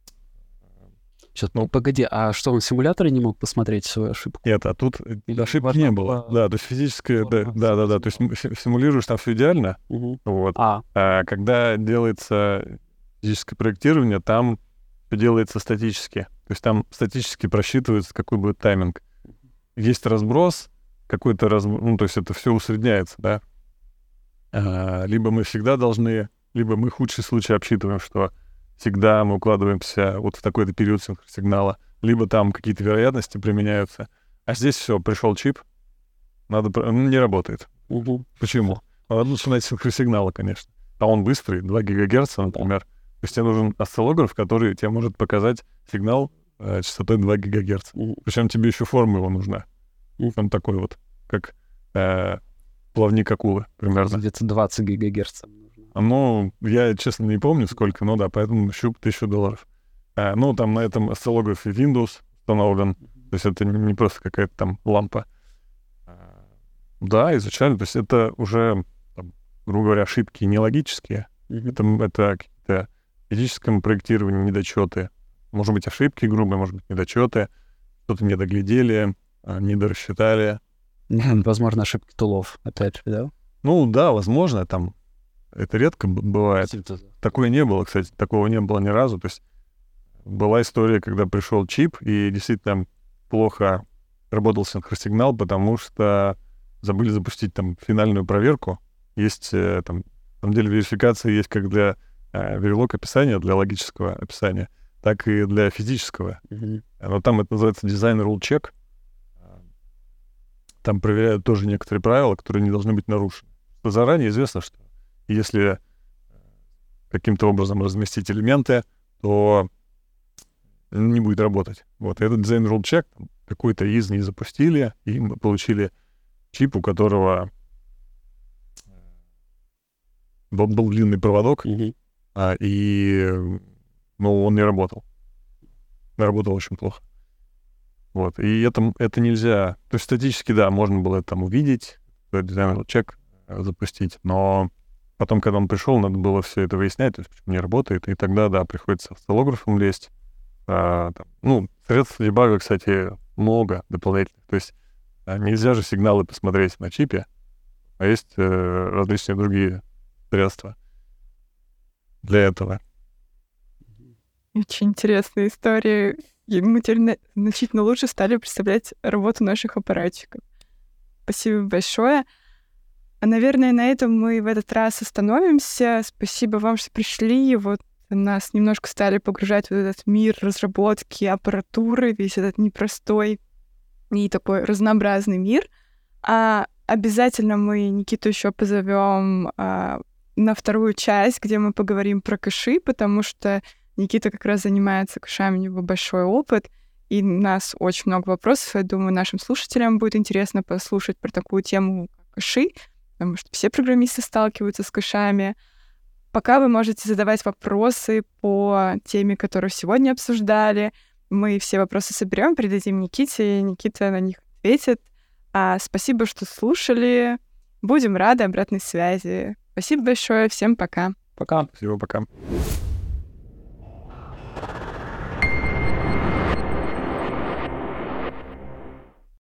Сейчас, ну, погоди, а что, он в симуляторе не мог посмотреть свою ошибку? Нет, а тут Или ошибки не было. было. Да, то есть физическое, да, да, да, да, то есть симулируешь там все идеально, угу. вот. А. а когда делается физическое проектирование, там все делается статически. То есть там статически просчитывается, какой будет тайминг. Есть разброс, какой-то разброс, ну, то есть это все усредняется, да. А, либо мы всегда должны, либо мы худший случай обсчитываем, что всегда мы укладываемся вот в такой-то период сигнала, либо там какие-то вероятности применяются. А здесь все, пришел чип, надо, ну, не работает. Угу. Почему? Надо начинать с синхросигнала, конечно. А он быстрый, два гигагерца, например. То есть тебе нужен осциллограф, который тебе может показать сигнал э, частотой два гигагерца. Угу. Причем тебе еще форма его нужна. Угу. Он такой вот, как э, плавник акулы, примерно. Где-то двадцать гигагерц. Ну, я, честно, не помню, сколько, но да, поэтому щуп тысячу долларов. А, ну, там на этом осциллографе Windows установлен, то есть это не просто какая-то там лампа. А, да, изучали, то есть это уже, там, грубо говоря, ошибки не логические, mm-hmm. это, это какие-то физическом проектировании недочеты. Может быть, ошибки грубые, может быть, недочеты, что-то не доглядели, не дорассчитали. Возможно, ошибки тулов, опять же, да? Ну, да, возможно, там это редко бывает. Такое не было, кстати, такого не было ни разу. То есть была история, когда пришел чип, и действительно плохо работал синхросигнал, потому что забыли запустить там финальную проверку. Есть там, на самом деле, верификация есть как для э, Verilog описания, для логического описания, так и для физического. Mm-hmm. Но там это называется design rule check. Там проверяют тоже некоторые правила, которые не должны быть нарушены. Заранее известно, что если каким-то образом разместить элементы, то не будет работать. Вот. И этот design rule check какой-то из них запустили, и мы получили чип, у которого был, был длинный проводок, mm-hmm. а, и ну, он не работал. Работал очень плохо. Вот. И это, это нельзя... То есть статически, да, можно было это там увидеть, дизайнер чек запустить, но потом, когда он пришел, надо было все это выяснять, то есть почему не работает, и тогда, да, приходится осциллографом лезть. А, там, ну, средств дебага, кстати, много дополнительных. То есть а, нельзя же сигналы посмотреть на чипе, а есть э, различные другие средства для этого. Очень интересная история. И мы теперь значительно лучше стали представлять работу наших аппаратчиков. Спасибо большое. А, наверное, на этом мы в этот раз остановимся. Спасибо вам, что пришли. Вот нас немножко стали погружать в этот мир разработки аппаратуры, весь этот непростой и такой разнообразный мир. А обязательно мы Никиту еще позовем а, на вторую часть, где мы поговорим про кэши, потому что Никита как раз занимается кэшами, у него большой опыт, и у нас очень много вопросов. Я думаю, нашим слушателям будет интересно послушать про такую тему, как кэши, потому что все программисты сталкиваются с кэшами. Пока вы можете задавать вопросы по теме, которую сегодня обсуждали. Мы все вопросы соберем, передадим Никите, и Никита на них ответит. А спасибо, что слушали. Будем рады обратной связи. Спасибо большое. Всем пока. Пока. Спасибо, пока.